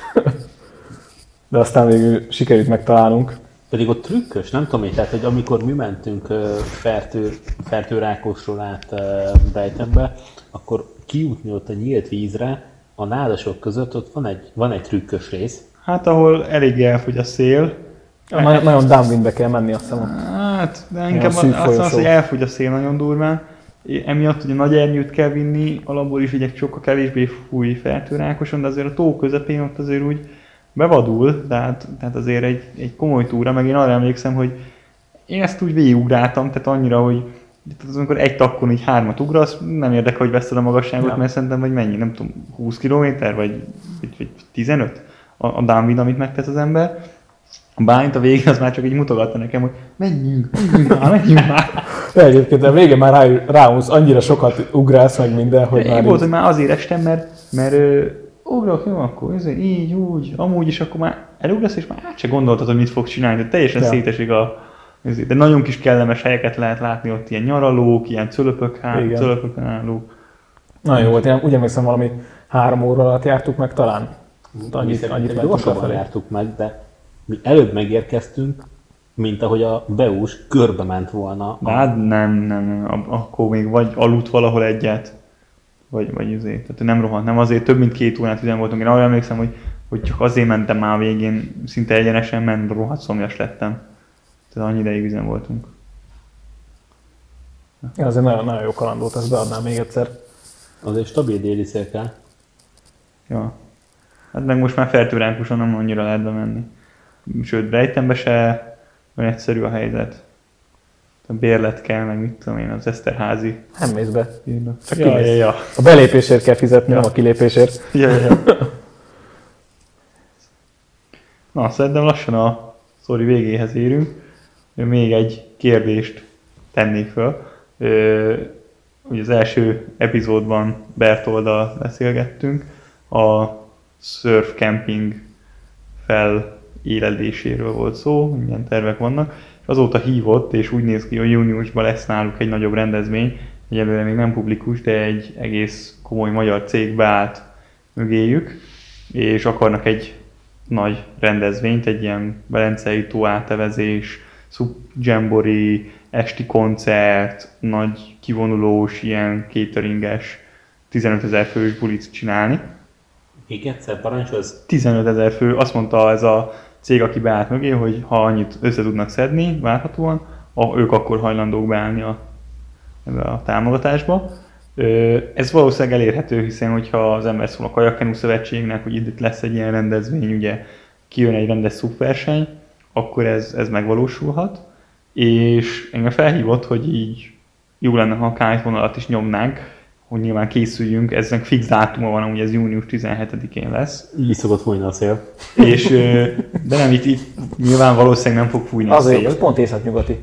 De aztán végül sikerült megtalálnunk.
Pedig ott trükkös, nem tudom én, tehát hogy amikor mi mentünk Fertő, Fertőrákosról át Brejtenbe, akkor kijutni ott a nyílt vízre, a nádasok között ott van egy, van egy trükkös rész.
Hát ahol eléggé elfogy a szél.
Ja, nagyon, nagyon downwindbe kell menni, azt hiszem.
Hát, de inkább azt mondom, hogy elfogy a szél nagyon durván. Emiatt ugye nagy ernyőt kell vinni, alapból is ugye sokkal kevésbé fúj Fertőrákoson, de azért a tó közepén ott azért úgy bevadul, tehát, tehát azért egy, egy komoly túra, meg én arra emlékszem, hogy én ezt úgy végigugráltam, tehát annyira, hogy tehát amikor egy takkon így hármat ugrasz, nem érdekel, hogy veszed a magasságot, nem. Mert szerintem vagy mennyi, nem tudom, húsz kilométer, vagy, vagy tizenöt a, a downwind, amit megtesz az ember. A Bálint a végén az már csak így mutogatta nekem, hogy menjünk, menjünk már, menjünk már.
De egyébként a végén már rá, ráunsz, annyira sokat ugrálsz meg minden, hogy
én
már
volt,
így...
hogy már azért estem, mert, mert ö, ugrok, jó, akkor ezért így, úgy, amúgy is, akkor már elugrasz, és már át se gondoltad, hogy mit fogsz csinálni, de teljesen ja. szétesik a... De nagyon kis kellemes helyeket lehet látni, ott ilyen nyaralók, ilyen cölöpök, hát, cölöpökön állók.
Nagyon jó volt, én úgy emlékszem, valami három óra alatt jártuk meg talán.
Annyit, annyit gyorsabban jártuk meg, de mi előbb megérkeztünk, mint ahogy a Beus körbe ment volna.
A... Hát nem, nem, nem, akkor még vagy aludt valahol egyet, vagy, vagy azért, tehát nem rohant, nem azért több mint két órát üzen voltunk. Én arra emlékszem, hogy, hogy csak azért mentem már a végén, szinte egyenesen, mert rohadt szomjas lettem. Tehát annyi ideig üzen voltunk.
Ja, azért nagyon, nagyon jó kaland volt, ezt beadnám még egyszer.
Azért stabil déli szél kell.
Ja. Hát meg most már Fertőrákoson nem annyira lehet bemenni. Sőt, Brejtenbe se olyan egyszerű a helyzet. A bérlet kell, meg mit tudom én, az Eszterházi.
Nem mész be.
Csak ja, ja, ja.
A belépésért kell fizetni, ja. Nem a kilépésért.
Ja, ja, ja. Na, szerintem lassan a sztori végéhez érünk. Még egy kérdést tennék föl. Ugye az első epizódban Bertoldal beszélgettünk a surf camping feléledéséről volt szó, milyen tervek vannak, és azóta hívott, és úgy néz ki, hogy júniusban lesz náluk egy nagyobb rendezvény, egyelőre még nem publikus, de egy egész komoly magyar cég beállt mögéjük, és akarnak egy nagy rendezvényt, egy ilyen velencei tó átevezés, szubjambori, esti koncert, nagy kivonulós, ilyen cateringes, tizenötezer fős bulit csinálni.
Még egyszer parancsolsz?
tizenötezer fő, azt mondta ez a cég, aki beállt mögé, hogy ha annyit össze tudnak szedni, várhatóan, ők akkor hajlandók beállni a, ebbe a támogatásba. Ez valószínűleg elérhető, hiszen hogyha az ember szól a Kajakkenu Szövetségnek, hogy itt lesz egy ilyen rendezvény, ugye kijön egy rendes szubverseny, akkor ez, ez megvalósulhat. És engem felhívott, hogy így jó lenne, ha a kájtvonalat is nyomnánk, hogy nyilván készüljünk, eznek fix dátuma van, amúgy ez június tizenhetedikén lesz.
Így szokott fújni a szél.
És, de nem, itt, itt nyilván valószínűleg nem fog fújni a szél.
Azért, pont északnyugati.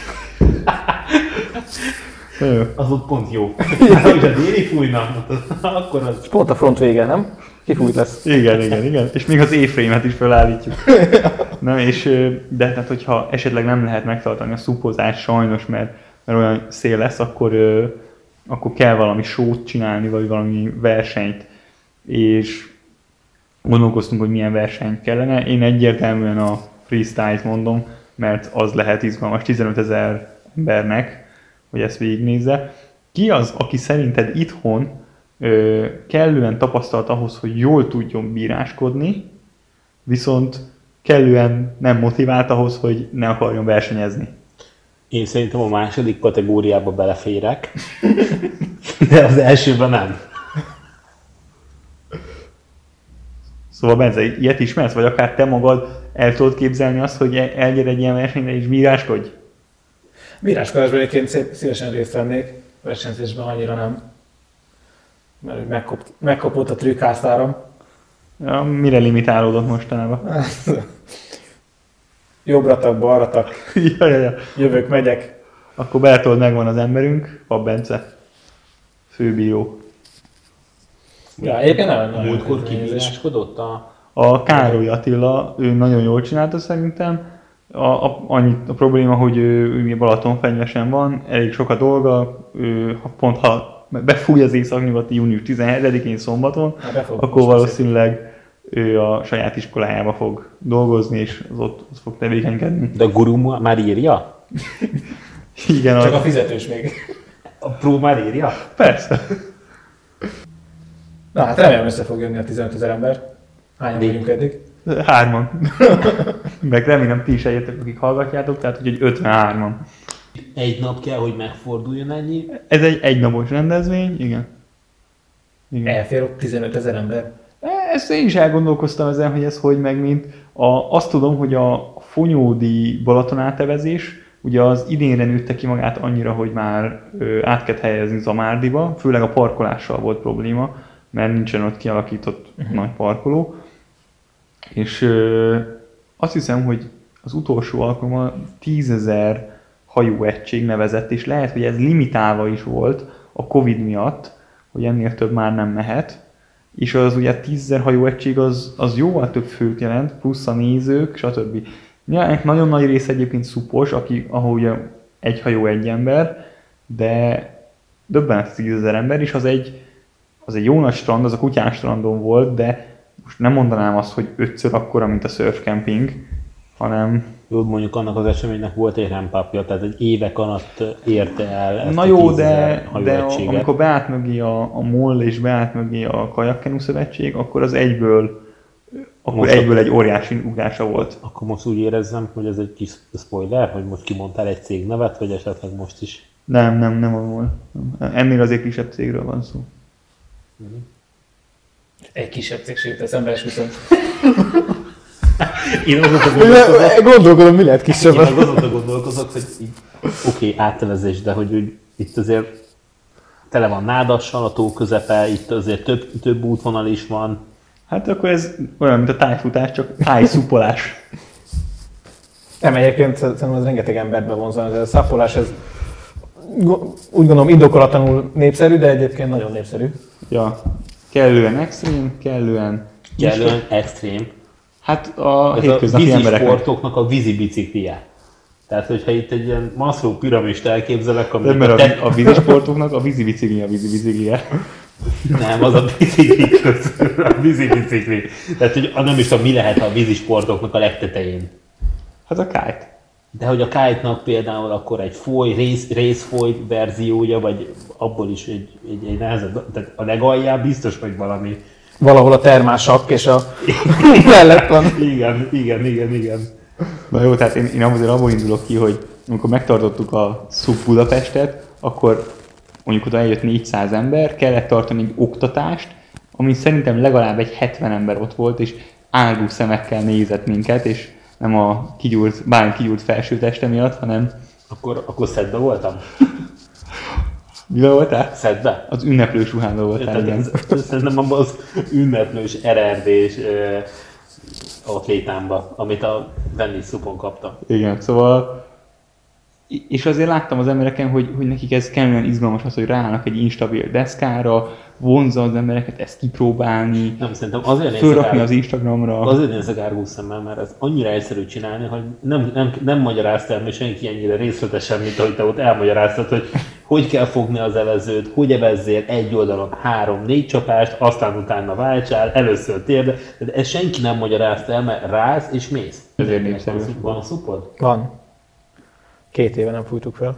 Az ott pont jó. Ha is a déli fújna, akkor az...
Pont a front vége, nem? Kifújt lesz.
Igen, igen, igen. És még az A-frame-et is felállítjuk. Na, és, de tehát, hogyha esetleg nem lehet megtartani a szupozást sajnos, mert, mert olyan szél lesz, akkor, akkor kell valami show-t csinálni, vagy valami versenyt. És gondolkoztunk, hogy milyen versenyt kellene. Én egyértelműen a freestyle-t mondom, mert az lehet izgalmas tizenötezer embernek, hogy ezt végignézze. Ki az, aki szerinted itthon ö, kellően tapasztalt ahhoz, hogy jól tudjon bíráskodni, viszont kellően nem motivált ahhoz, hogy ne akarjon versenyezni?
Én szerintem a második kategóriába beleférek, de az elsőben nem.
Szóval Bence, ilyet ismersz? Vagy akár te magad el tudod képzelni azt, hogy elgyere egy ilyen versenyre és bíráskodj?
Bíráskodásban egyébként szívesen részt vennék, versenyzésben annyira nem. Mert megkop, megkapott a trükkháztáram.
Ja, mire limitálódott mostanában?
Jobbra-tak, balra-tak.
ja, ja, ja.
Jövök, megyek.
Akkor Bertold megvan az emberünk, Pap Bence. Főbíró.
Ja, egyébként nem nagyon.
Múltkor kibíráskodott a...
A Károly Attila, ő nagyon jól csinálta szerintem. A, a, annyi a probléma, hogy ő, ő Balatonfenyvesen van, elég sok a dolga, ő, pont ha befúj az északnyugati június tizenhetedikén szombaton, akkor valószínűleg ő a saját iskolájába fog dolgozni, és az ott, ott fog tevékenykedni.
De a guru már írja?
Igen.
Csak
a,
a fizetős még.
A pró már írja?
Persze.
Na hát remélem össze fog jönni a tizenötezer ember. Hányan vagyunk eddig?
Hárman. Meg remélem ti is eljöttek, akik hallgatjátok, tehát hogy ötvenhárman.
Egy nap kell, hogy megforduljon ennyi?
Ez egy egynapos rendezvény, igen.
igen. Elfér ott tizenötezer ember.
Ezt én is elgondolkoztam ezen, hogy ez hogy meg mint. A, azt tudom, hogy a fonyódi Balatonáttevezés, ugye az idénre nőtte ki magát annyira, hogy már ö, át kellett helyezni Zamárdiba, főleg a parkolással volt probléma, mert nincsen ott kialakított uh-huh. nagy parkoló. És ö, azt hiszem, hogy az utolsó alkalommal tízezer hajóegység nevezett, és lehet, hogy ez limitálva is volt a Covid miatt, hogy ennél több már nem mehet. És az ugye tízezer hajóegység az, az jóval több főt jelent, plusz a nézők, stb. Ja, nagyon nagy része egyébként szupos, aki, ahol ugye egy hajó egy ember, de döbbenet tízezer ember, és az egy, az egy jó nagy strand, az a Kutyán strandon volt, de most nem mondanám azt, hogy ötször akkora, mint a surfcamping, hanem...
Jó, mondjuk annak az eseménynek volt egy ramp-upja, tehát egy évek alatt érte el ezt
Na
a
jó, de, de a,
egységet.
amikor beállt mögé a, a MOL és beállt mögé a Kajakkenu Szövetség, akkor az egyből, akkor most egyből egy óriási ugrása volt.
Akkor most úgy érezzem, hogy ez egy kis spoiler, hogy most kimondtál egy cég nevet, vagy esetleg most is?
Nem, nem, nem a MOL. Ennél azért kisebb cégről van szó.
Uh-huh. Egy kisebb cég sőt, ez emberes viszont.
Én azóta gondolkozok,
gondolkodom, mi lehet kisebb.
Én azóta gondolkozok, hogy oké, okay, áttevezés, de hogy úgy, itt azért tele van nádassal, a tó közepe, itt azért több, több útvonal is van.
Hát akkor ez olyan, mint a tájfutás, csak tájszupolás.
Nem, egyébként szerintem az rengeteg embert bevonzani, ez a szappolás, ez úgy gondolom indokolatlanul népszerű, de egyébként nagyon népszerű.
Ja, kellően extrém, kellően...
Kellően extrém.
Hát a
ez
hétköznapi
a
embereknek.
vízi sportoknak a vízi biciklije. Tehát, hogyha itt egy ilyen Maslow piramist elképzelek,
ami... Mert a, te... a vízi sportoknak a vízi bicikli a vízi biciklije.
Nem, az a bicikli közül, a vízi bicikli. Tehát, hogy nem is tudom, mi lehet a vízi sportoknak a legtetején.
Hát a kite.
De hogy a kite-nak például akkor egy foly, rész, részfoly verziója, vagy abból is egy, egy, egy nehezebb, tehát a legalján biztos, hogy valami...
Valahol a termásakk és a mellett van.
Igen, igen, igen, igen.
Na jó, tehát én, én azért abból indulok ki, hogy amikor megtartottuk a SUP Budapestet, akkor mondjuk oda eljött négyszáz ember, kellett tartani egy oktatást, ami szerintem legalább egy hetven ember ott volt, és árgó szemekkel nézett minket, és nem a kigyúrt, bármi kigyúrt felső teste miatt, hanem...
Akkor, akkor szedbe voltam?
Mivel voltál?
Szedbe?
Az ünneplős ruhában voltál, igen.
Szerintem abban az ünneplős er er dés atlétámba, amit a Venice Supon kaptam.
Igen, szóval... És azért láttam az embereken, hogy, hogy nekik ez kellően izgalmas az, hogy ráállnak egy instabil deszkára, vonzza az embereket ezt kipróbálni,
nem, szerintem azért
fölrakni az Instagramra.
Azért nézek árgó szemmel, mert ez annyira egyszerű csinálni, hogy nem, nem, nem magyaráztál még senki ennyire részletesen, mint ahogy te ott elmagyaráztad, hogy hogy kell fogni az evezőt, hogy evezzél egy oldalon három-négy csapást, aztán utána váltsál, először térde. De ezt senki nem magyarázta el, mert rász és mész.
Ezért népszerű.
Van a szupod?
Van. Két éve nem fújtuk fel.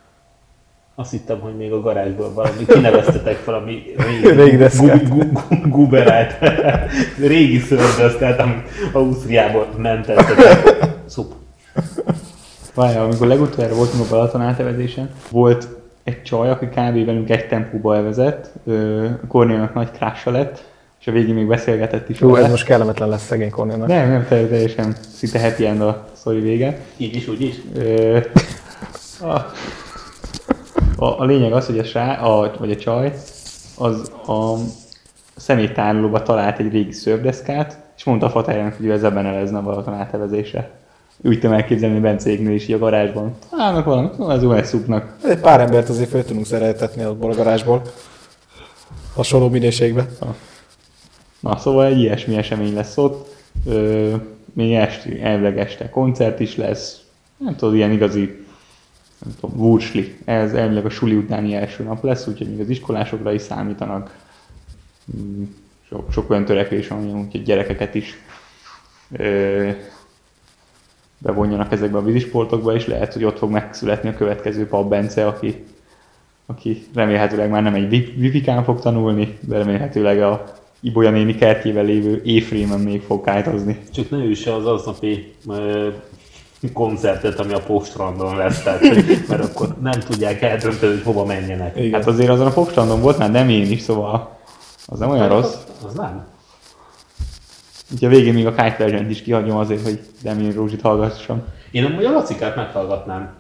Azt hittem, hogy még a garázsból valami kineveztetek valami régi,
régi deszkát.
Gu, gu, gu, guberát, régi szördeszkát, amit Ausztriából mentettetek. Szup.
Várjál, amikor legutoljára voltunk a Balaton átevezésen, volt egy csaj, aki kb. Velünk egy tempóba evezett, Kornélnak nagy krássa lett, és a végén még beszélgetett is.
Jó, ez most kellemetlen lesz szegény Kornélnak.
Nem, nem, teljesen szinte happy end a sztori vége.
Így is, úgy is.
Ö, a, a, a lényeg az, hogy a, srá, a, vagy a csaj az a személytárolóba talált egy régi szörfdeszkát, és mondta a faterjának, hogy ő ezzel benelezne a Balaton átevezésre. Úgy tudom elképzelni Bencéknél is, így a garázsban. Állnak valami, az jó szuknak.
Egy pár embert azért fel tudunk szereltetni abból a garázsból. Hasonló minőségben.
Na. Na, szóval egy ilyesmi esemény lesz ott. Ö, még este, elvileg este koncert is lesz. Nem tudom, ilyen igazi nem tudom, vursli. Ez elvileg a suli utáni első nap lesz, úgyhogy még az iskolásokra is számítanak. Sok, sok olyan törekvés van, úgyhogy gyerekeket is ö, bevonjanak ezekbe a vízisportokba, és lehet, hogy ott fog megszületni a következő Pap Bence, aki, aki remélhetőleg már nem egy vipikán fog tanulni, de remélhetőleg a Ibolya néni kertjében lévő éfrémen még fog kájtozni.
Csak ne üsse az aznapi koncertet, ami a Popstrandon lesz, tehát, mert akkor nem tudják eldönteni, hogy hova menjenek.
Igen. Hát azért azon a Popstrandon volt már Demjén is, szóval az nem olyan rossz.
Az, az nem.
Úgyhogy a végén még a Kite Version-t is kihagyom azért, hogy Demjén Rózsit hallgassam.
Én amúgy a Lacikát meghallgatnám.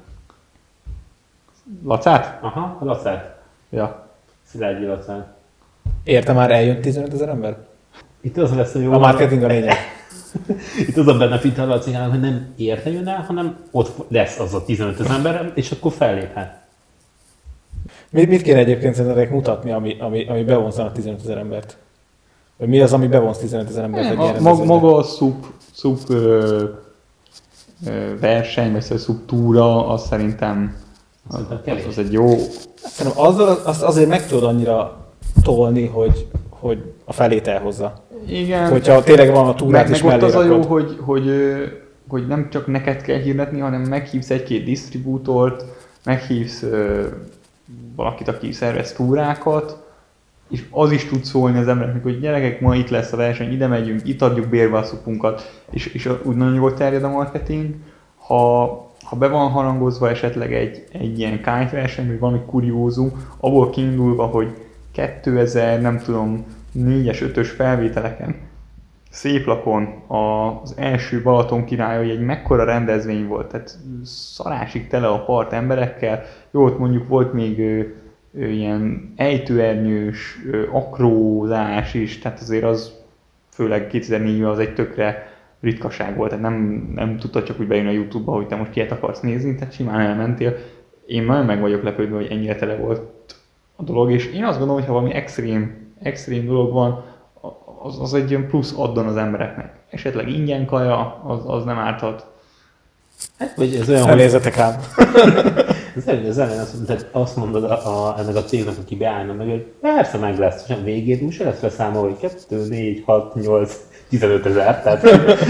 Lacát?
Aha, a Lacát.
Ja.
Szilágyi Lacát.
Érte már eljön tizenöt ezer ember?
Itt az lesz a jó.
A marketing a lényeg.
Itt az a benefit a Lacikának, hogy nem érte jön el, hanem ott lesz az a tizenöt ezer ember, és akkor felléphet.
Mit, mit kéne egyébként szerintetek mutatni, ami, ami, ami bevonzana tizenöt ezer embert? Vagy mi az, ami bevonz tizenöt ezer embert?
Nem, a, maga, maga a szup, szup ö, ö, verseny, vagy a szup túra, az szerintem az, az, az egy jó...
Szerintem azzal, azt azért meg tudod annyira tolni, hogy, hogy a felét elhozza.
Igen.
Hogyha tényleg van a túrát
meg,
is
meg ott
mellé
az a jó,
rakod.
hogy, hogy, hogy nem csak neked kell hirdetni, hanem meghívsz egy-két disztribútort, meghívsz ö, valakit, aki szervez túrákat, és az is tud szólni az embereknek, hogy gyerekek, ma itt lesz a verseny, ide megyünk, itt adjuk bérbe a szupunkat, és, és úgy nagyon jól terjed a marketing. Ha, ha be van harangozva esetleg egy, egy ilyen kite verseny, vagy valami kuriózum, abból kiindulva, hogy kétezer, nem tudom, négyes, ötös felvételeken, Széplakon az első Balaton királyai egy mekkora rendezvény volt, tehát szarásig tele a part emberekkel, jó, ott mondjuk volt még ö, ö, ilyen ejtőernyős, ö, akrózás is, tehát azért az főleg kétezer-négyben az egy tökre ritkaság volt, tehát nem, nem tudtad csak úgy bejönni a YouTube-ba, hogy te most ilyet akarsz nézni, tehát simán elmentél. Én nagyon meg vagyok lepődve, hogy ennyire tele volt a dolog, és én azt gondolom, hogy ha valami extrém, extrém dolog van, az, az egy ilyen plusz addon az embereknek. Esetleg ingyen kaja, az, az nem árthat.
Hát, vagy ez olyan,
Felnézzetek ám.
Ez elég, az elején azt, azt mondod a, a, ennek a cégnek, aki beállna meg, hogy persze meg lesz, és a végén úgy se lesz leszámolva, hogy kettő, négy, hat, nyolc, tizenöt ezer, tehát...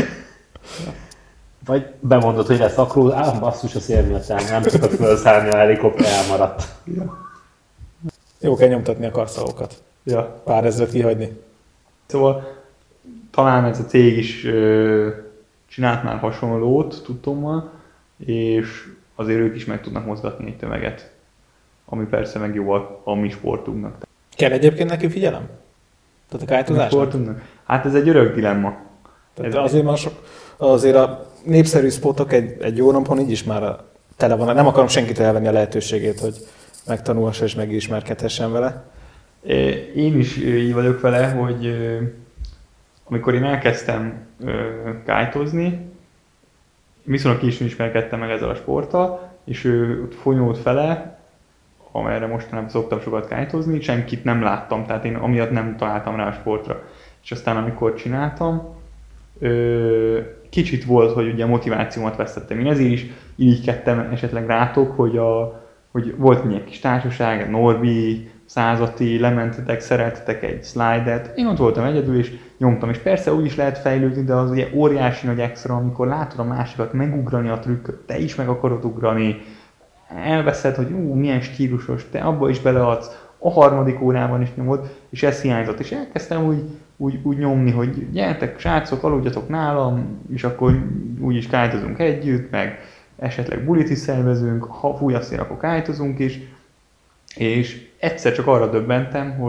Vagy bemondod, hogy lesz akról, ám basszus a szél miatt el, nem tudod felszállni, a helikopter elmaradt.
Ja.
Jó kell nyomtatni a karszalagokat.
Ja.
Pár ezret kihagyni.
Szóval talán ez a cég is ö, csinált már hasonlót, tudtommal, és azért ők is meg tudnak mozgatni egy tömeget, ami persze meg jó a, a mi sportunknak.
Kell egyébként neki figyelem? Tehát a kite-ozásnak?
Hát ez egy örök dilemma.
Ez azért, már sok, azért a népszerű spotok egy, egy jó napon így is már tele van. Nem akarom senkit elvenni a lehetőségét, hogy megtanulhassa és megismerkedhessen vele.
Én is így vagyok vele, hogy amikor én elkezdtem kite-ozni, viszonylag későn ismerkedtem meg ezzel a sporttal, és ő ott fonyolt fele, amerre mostanában szoktam sokat kite-ozni, senkit nem láttam, tehát én amiatt nem találtam rá a sportra. És aztán amikor csináltam, kicsit volt, hogy ugye motivációmat vesztettem. Én ezért is irigykedtem esetleg rátok, hogy, a, hogy volt egy kis társaság, Norbi, Százati, lementetek, szereltetek egy slide-et. Én ott voltam egyedül, és nyomtam. És persze úgy is lehet fejlődni, de az ugye óriási nagy extra, amikor látod a másikat megugrani a trükköt, te is meg akarod ugrani, elveszed, hogy ú, milyen stílusos, te abba is beleadsz, a harmadik órában is nyomod, és ez hiányzott. És elkezdtem úgy, úgy, úgy nyomni, hogy gyertek, srácok, aludjatok nálam, és akkor úgy is kite-ozunk együtt, meg esetleg bulit is szervezünk, ha fúj a szél, akkor kite-ozunk is. És egyszer csak arra döbbentem, hogy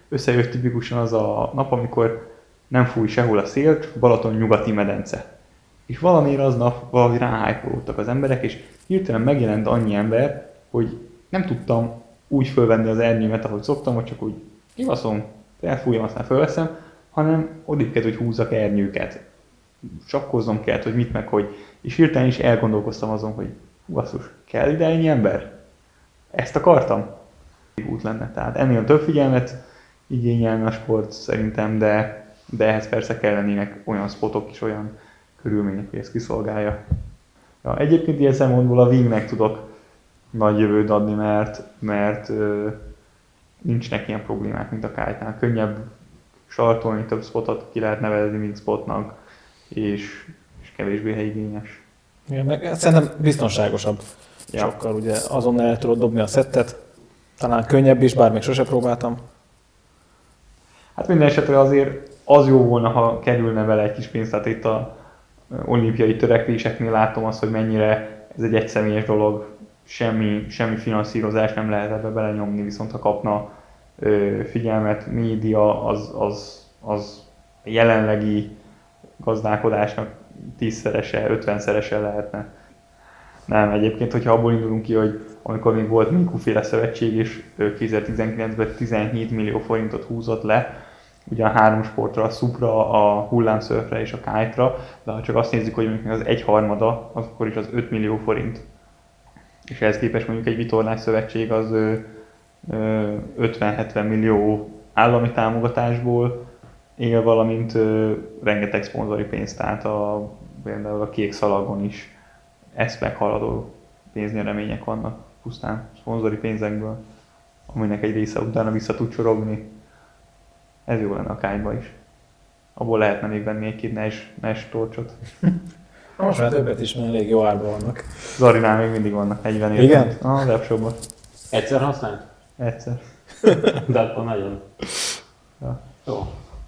összejött tipikusan az a nap, amikor nem fúj sehol a szél, csak Balaton nyugati medence. És valamiért aznap valahogy ráhájpolódtak az emberek, és hirtelen megjelent annyi ember, hogy nem tudtam úgy fölvenni az ernyőmet, ahogy szoktam, hogy csak úgy kivaszom, elfújjam, aztán fölveszem, hanem odébb kellett, hogy húzzak ernyőket. Sakkoznom kellett, hogy mit meg hogy. És hirtelen is elgondolkoztam azon, hogy basszus, kell ide ennyi ember? Ezt akartam? Út lenne. Tehát ennél több figyelmet igényelne a sport szerintem, de, de ehhez persze kellenének olyan spotok és olyan körülmények, hogy ezt kiszolgálja. Ja, egyébként ilyen szempontból a Wingnek tudok nagy jövőt adni, mert, mert ö, nincsnek ilyen problémák, mint a Kite-nál. Könnyebb sartolni, több spotot ki lehet nevezni, mint spotnak, és, és kevésbé helyigényes.
Igen, meg szerintem biztonságosabb. Ja. Sokkal ugye azonnal el tudod dobni a szettet, talán könnyebb is, bár még sose próbáltam.
Hát minden esetre azért az jó volna, ha kerülne vele egy kis pénzt, tehát itt a olimpiai törekvéseknél látom azt, hogy mennyire ez egy egyszemélyes dolog, semmi, semmi finanszírozás nem lehet ebbe belenyomni, viszont ha kapna ö, figyelmet, média, az, az, az jelenlegi gazdálkodásnak tízszerese, ötvenszerese lehetne. Nem, egyébként, hogyha abból indulunk ki, hogy amikor még volt Minkuféle szövetség, és kétezer-tizenkilencben tizenhét millió forintot húzott le, ugye a három sportra, a szupra, a hullámszörfre és a kite-ra, de ha csak azt nézzük, hogy mondjuk az egyharmada, akkor is az öt millió forint. És ehhez képest mondjuk egy vitorlás szövetség az ötven-hetven millió állami támogatásból él, valamint ö, rengeteg szponzori pénzt, tehát a, például a kék szalagon is ezt meghaladó pénznyeremények vannak pusztán szponzori pénzekből, aminek egy része utána vissza tud csorogni. Ez jó lenne a kite-ba is. Abból lehetne még venni egy-két nes torcsot.
Most már többet is, mert elég jó árban vannak.
Zarinál még mindig vannak negyven év.
Igen?
A webshopban.
Egyszer használj?
Egyszer.
De akkor nagyon.
Ja.
Jó.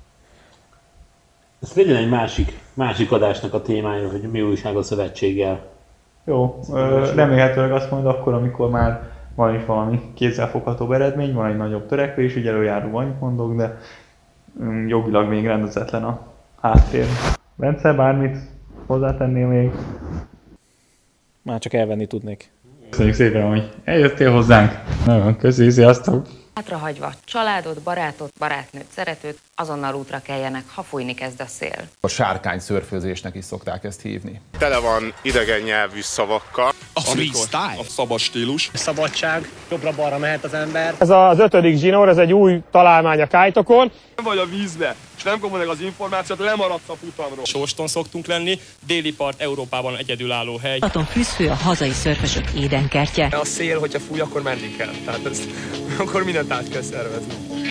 Ez legyen egy másik, másik adásnak a témája, hogy mi újság a szövetséggel.
Jó, remélhetőleg azt majd akkor, amikor már van is valami kézzelfoghatóbb eredmény, van egy nagyobb törekvés, így előjáróban annyit mondok, de jogilag még rendezetlen a háttér. Bence, bármit hozzátennél még?
Már csak elvenni tudnék.
Köszönjük szépen, hogy eljöttél hozzánk. Nagyon köszi, sziasztok!
Hátrahagyva családot, barátot, barátnőt, szeretőt, azonnal útra keljenek, ha fújni kezd a szél.
A sárkány szörfőzésnek is szokták ezt hívni.
Tele van idegen nyelvű szavakkal.
A freestyle, a szabad stílus.
Szabadság, jobbra-balra mehet az ember.
Ez az ötödik zsinór, ez egy új találmány a kite-okon.
Nem vagy a vízbe, és nem kapod meg az információt, lemaradsz a futamról. Sóston szoktunk lenni, déli part Európában egyedülálló hely.
Balaton fűzfő a hazai szörfösök édenkertje.
A szél, hogyha fúj, akkor menni kell. Tehát ezt, akkor mindent át kell szervezni.